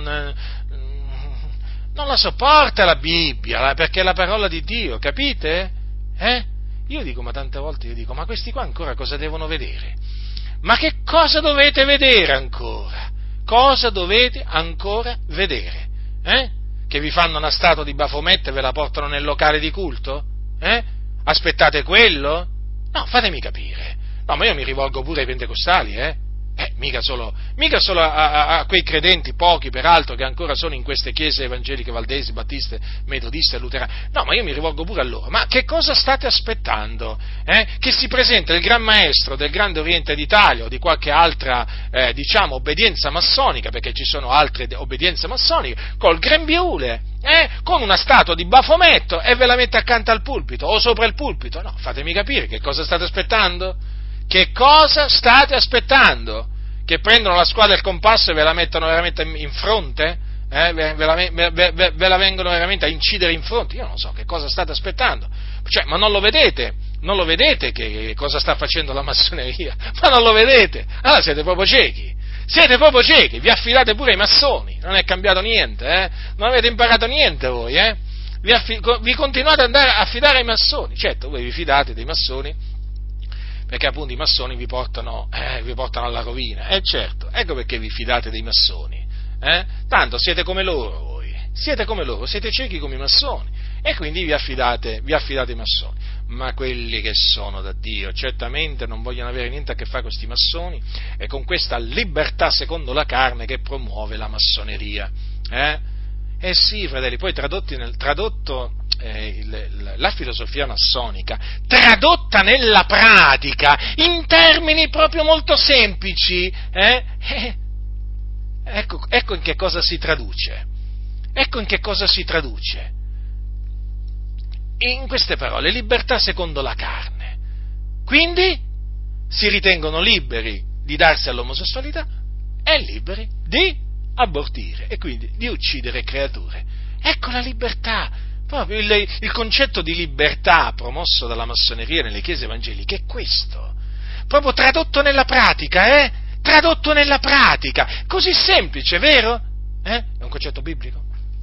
la sopporta la Bibbia, perché è la parola di Dio, capite? Io dico, ma tante volte ma questi qua ancora cosa devono vedere? Ma che cosa dovete vedere ancora? Cosa dovete ancora vedere? Che vi fanno una statua di Bafometta e ve la portano nel locale di culto? Aspettate quello? No, fatemi capire. No, ma io mi rivolgo pure ai pentecostali, mica solo a quei credenti, pochi peraltro, che ancora sono in queste chiese evangeliche valdesi, battiste, metodiste e luterane. No, ma io mi rivolgo pure a loro. Ma che cosa state aspettando? Che si presenta il Gran Maestro del Grande Oriente d'Italia o di qualche altra, obbedienza massonica, perché ci sono altre obbedienze massoniche, col grembiule, con una statua di Bafometto, e ve la mette accanto al pulpito o sopra il pulpito. No, fatemi capire, che cosa state aspettando? Che cosa state aspettando? Che prendono la squadra e il compasso e ve la mettono veramente in fronte? Ve la vengono veramente a incidere in fronte? Io non so che cosa state aspettando. Ma non lo vedete? Non lo vedete che cosa sta facendo la massoneria? Ma non lo vedete? Allora siete proprio ciechi. Vi affidate pure ai massoni, non è cambiato niente, non avete imparato niente voi, vi continuate ad andare a affidare ai massoni. Certo, voi vi fidate dei massoni, perché appunto i massoni vi portano alla rovina, certo, ecco perché vi fidate dei massoni, tanto siete come loro voi, siete ciechi come i massoni, e quindi vi affidate ai massoni, ma quelli che sono da Dio certamente non vogliono avere niente a che fare con questi massoni e con questa libertà secondo la carne che promuove la massoneria, sì, fratelli, poi la filosofia massonica, tradotta nella pratica, in termini proprio molto semplici, ecco in che cosa si traduce. In queste parole, libertà secondo la carne. Quindi si ritengono liberi di darsi all'omosessualità e liberi di abortire e quindi di uccidere creature. Ecco la libertà, proprio il concetto di libertà promosso dalla massoneria nelle chiese evangeliche è questo, proprio tradotto nella pratica, così semplice, vero? È un concetto biblico?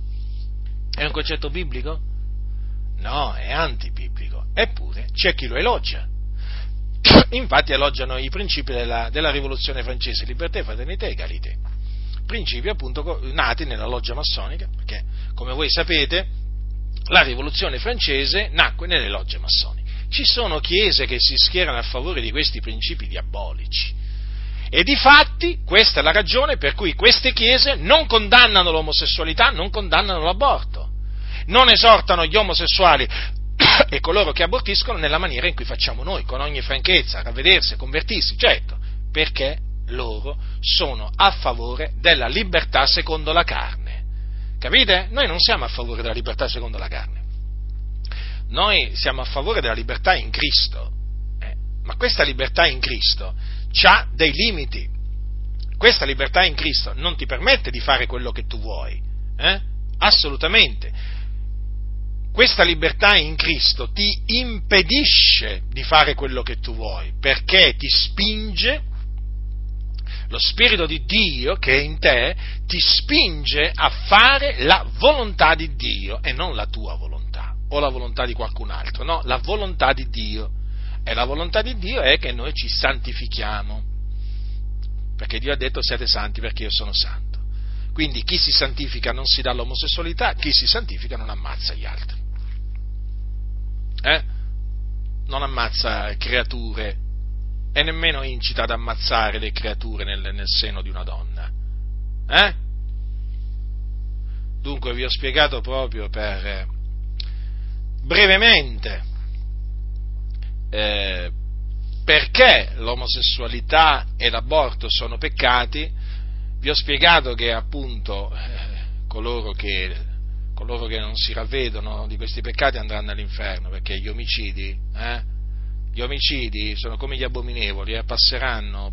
No, è antibiblico, eppure c'è chi lo elogia. Infatti elogiano i principi della rivoluzione francese, libertà, fraternità e egalité, principi appunto nati nella loggia massonica, perché come voi sapete la rivoluzione francese nacque nelle logge massoniche. Ci sono chiese che si schierano a favore di questi principi diabolici E difatti questa è la ragione per cui queste chiese non condannano l'omosessualità, non condannano l'aborto, non esortano gli omosessuali e coloro che abortiscono nella maniera in cui facciamo noi, con ogni franchezza, a ravvedersi, a convertirsi, certo, perché loro sono a favore della libertà secondo la carne. Capite? Noi non siamo a favore della libertà secondo la carne. Noi siamo a favore della libertà in Cristo, ma questa libertà in Cristo ha dei limiti. Questa libertà in Cristo non ti permette di fare quello che tu vuoi, assolutamente. Questa libertà in Cristo ti impedisce di fare quello che tu vuoi, perché ti spinge, lo Spirito di Dio che è in te, ti spinge a fare la volontà di Dio e non la tua volontà, o la volontà di qualcun altro, no, la volontà di Dio. E la volontà di Dio è che noi ci santifichiamo, perché Dio ha detto siate santi perché io sono santo. Quindi chi si santifica non si dà all'omosessualità, chi si santifica non ammazza gli altri. Non ammazza creature e nemmeno incita ad ammazzare le creature nel seno di una donna. Dunque vi ho spiegato proprio per brevemente perché l'omosessualità e l'aborto sono peccati. Vi ho spiegato che appunto coloro che non si ravvedono di questi peccati andranno all'inferno, perché gli omicidi sono come gli abominevoli, passeranno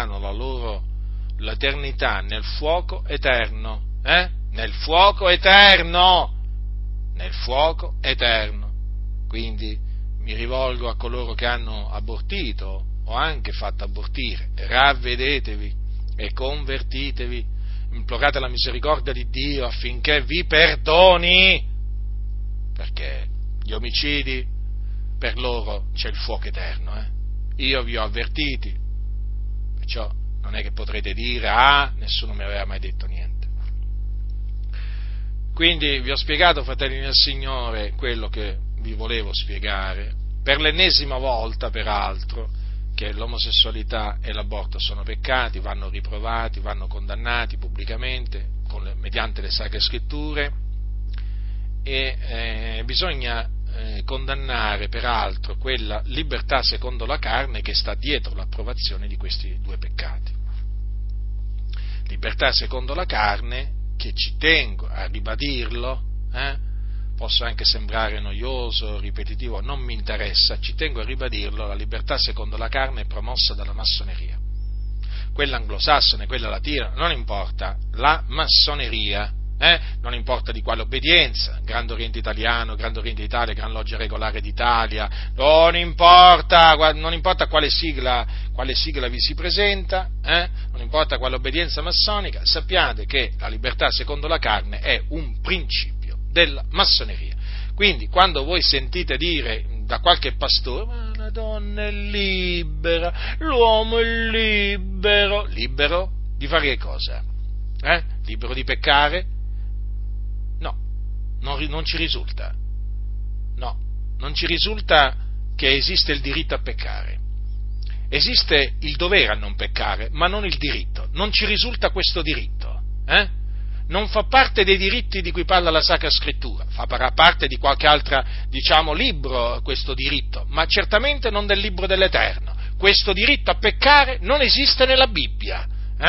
l'eternità nel fuoco eterno, nel fuoco eterno. Quindi mi rivolgo a coloro che hanno abortito o anche fatto abortire: ravvedetevi e convertitevi, implorate la misericordia di Dio affinché vi perdoni, perché gli omicidi, per loro c'è il fuoco eterno. Io vi ho avvertiti, perciò non è che potrete dire nessuno mi aveva mai detto niente. Quindi vi ho spiegato, fratelli nel Signore, quello che vi volevo spiegare, per l'ennesima volta peraltro, che l'omosessualità e l'aborto sono peccati, vanno riprovati, vanno condannati pubblicamente mediante le Sacre Scritture, e bisogna condannare peraltro quella libertà secondo la carne che sta dietro l'approvazione di questi due peccati. Libertà secondo la carne, che ci tengo a ribadirlo, posso anche sembrare noioso, ripetitivo, non mi interessa, ci tengo a ribadirlo: la libertà secondo la carne è promossa dalla massoneria, quella anglosassone, quella latina, non importa, la massoneria, non importa di quale obbedienza, Grande Oriente Italiano, Grande Oriente Italia, Gran Loggia Regolare d'Italia, non importa quale sigla vi si presenta, non importa quale obbedienza massonica, sappiate che la libertà secondo la carne è un principio della massoneria. Quindi quando voi sentite dire da qualche pastore: ma la donna è libera, l'uomo è libero di fare che cosa? Libero di peccare? No, non ci risulta. No, non ci risulta che esiste il diritto a peccare. Esiste il dovere a non peccare, ma non il diritto. Non ci risulta questo diritto. Non fa parte dei diritti di cui parla la Sacra Scrittura. Farà parte di qualche altro, libro questo diritto, ma certamente non del libro dell'Eterno. Questo diritto a peccare non esiste nella Bibbia.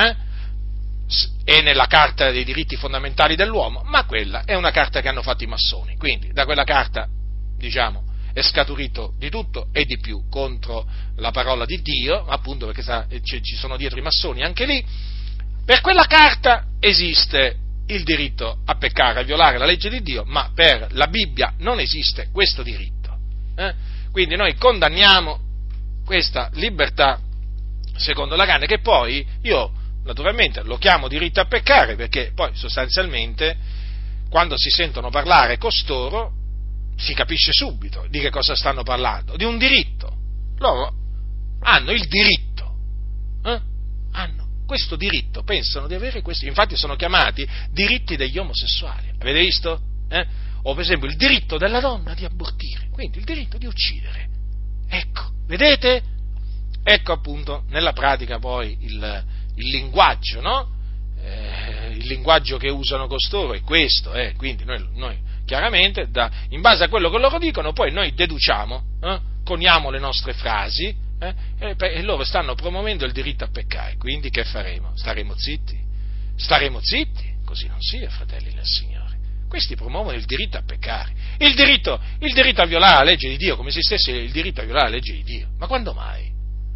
E nella Carta dei diritti fondamentali dell'uomo, ma quella è una carta che hanno fatto i massoni, quindi da quella carta, è scaturito di tutto e di più contro la parola di Dio, appunto perché ci sono dietro i massoni anche lì. Per quella carta esiste il diritto a peccare, a violare la legge di Dio, ma per la Bibbia non esiste questo diritto. Quindi noi condanniamo questa libertà secondo la carne, che poi io naturalmente lo chiamo diritto a peccare, perché poi sostanzialmente quando si sentono parlare costoro si capisce subito di che cosa stanno parlando, di un diritto. Loro hanno il diritto, hanno questo diritto, pensano di avere questo, infatti sono chiamati diritti degli omosessuali, avete visto? O per esempio il diritto della donna di abortire, quindi il diritto di uccidere. Ecco, vedete? Ecco appunto nella pratica poi il linguaggio, no? Il linguaggio che usano costoro è questo, quindi noi chiaramente, in base a quello che loro dicono, poi noi deduciamo, coniamo le nostre frasi, e loro stanno promuovendo il diritto a peccare, quindi che faremo? Staremo zitti? Staremo zitti? Così non sia, fratelli del Signore. Questi promuovono il diritto a peccare, il diritto a violare la legge di Dio, come se stesse il diritto a violare la legge di Dio. Ma quando mai?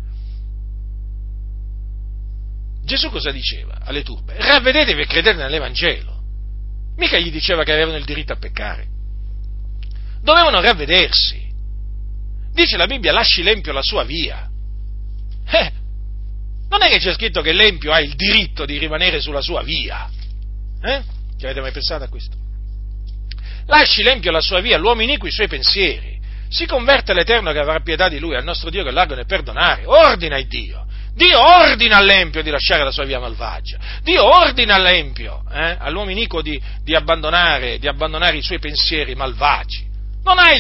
Gesù cosa diceva alle turbe? Ravvedetevi e credete nell'Evangelo. Mica gli diceva che avevano il diritto a peccare. Dovevano ravvedersi. Dice la Bibbia, lasci l'empio la sua via. Non è che c'è scritto che l'empio ha il diritto di rimanere sulla sua via. Ci avete mai pensato a questo? Lasci l'empio la sua via, l'uomo iniquo i suoi pensieri. Si converte all'Eterno che avrà pietà di lui, al nostro Dio che è largo nel perdonare. Ordina il Dio. Dio ordina all'empio di lasciare la sua via malvagia. Dio ordina all'empio, all'uomo iniquo di abbandonare i suoi pensieri malvagi. Non hai il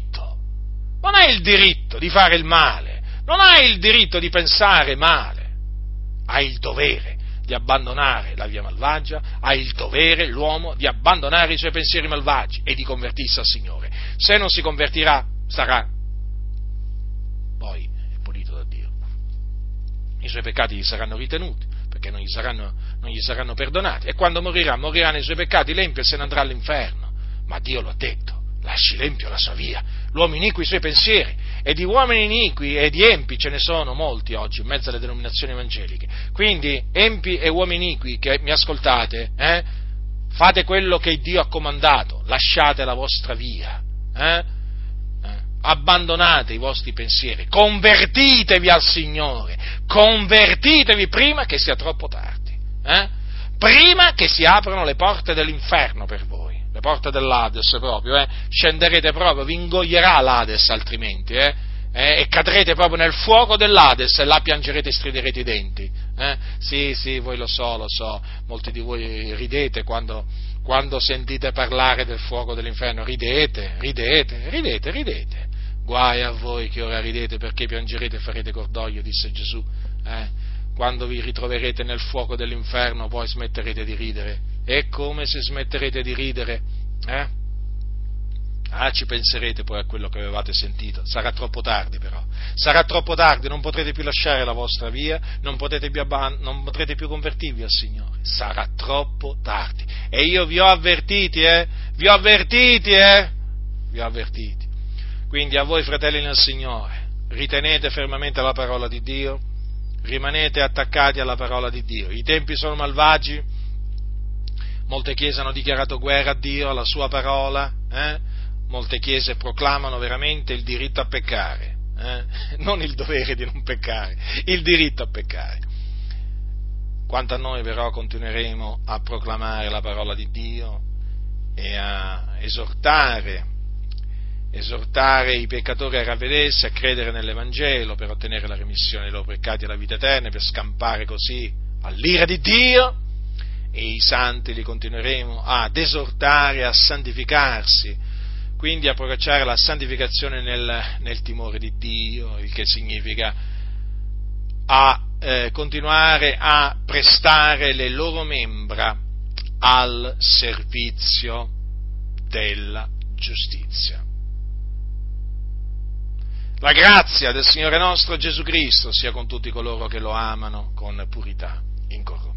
diritto di fare il male, non hai il diritto di pensare male, hai il dovere di abbandonare la via malvagia, ha il dovere l'uomo di abbandonare i suoi pensieri malvagi e di convertirsi al Signore. Se non si convertirà, sarà poi pulito da Dio. I suoi peccati gli saranno ritenuti, perché non gli saranno perdonati, e quando morirà nei suoi peccati, l'empio se ne andrà all'inferno. Ma Dio lo ha detto, lasci l'empio la sua via, l'uomo iniqui i suoi pensieri, e di uomini iniqui e di empi ce ne sono molti oggi in mezzo alle denominazioni evangeliche. Quindi, empi e uomini iniqui che mi ascoltate, fate quello che Dio ha comandato, lasciate la vostra via, abbandonate i vostri pensieri, convertitevi al Signore, convertitevi prima che sia troppo tardi, prima che si aprano le porte dell'inferno per voi, le porte dell'Ades proprio, scenderete proprio, vi ingoierà l'Ades altrimenti, e cadrete proprio nel fuoco dell'Ades e là piangerete e striderete i denti, sì, voi lo so, molti di voi ridete quando sentite parlare del fuoco dell'inferno, ridete, guai a voi che ora ridete perché piangerete e farete cordoglio, disse Gesù, quando vi ritroverete nel fuoco dell'inferno poi smetterete di ridere, e come se smetterete di ridere, ci penserete poi a quello che avevate sentito, sarà troppo tardi però, non potrete più lasciare la vostra via, non potrete più convertirvi al Signore, sarà troppo tardi, e io vi ho avvertiti. Quindi a voi, fratelli nel Signore, ritenete fermamente la parola di Dio, rimanete attaccati alla parola di Dio, i tempi sono malvagi, molte chiese hanno dichiarato guerra a Dio, alla sua parola, molte chiese proclamano veramente il diritto a peccare, non il dovere di non peccare, il diritto a peccare. Quanto a noi però continueremo a proclamare la parola di Dio e a esortare i peccatori a ravvedersi, a credere nell'Evangelo per ottenere la remissione dei loro peccati e la vita eterna, per scampare così all'ira di Dio, e i santi li continueremo ad esortare a santificarsi, quindi a procacciare la santificazione nel timore di Dio, il che significa continuare a prestare le loro membra al servizio della giustizia. La grazia del Signore nostro Gesù Cristo sia con tutti coloro che lo amano con purità incorrotta.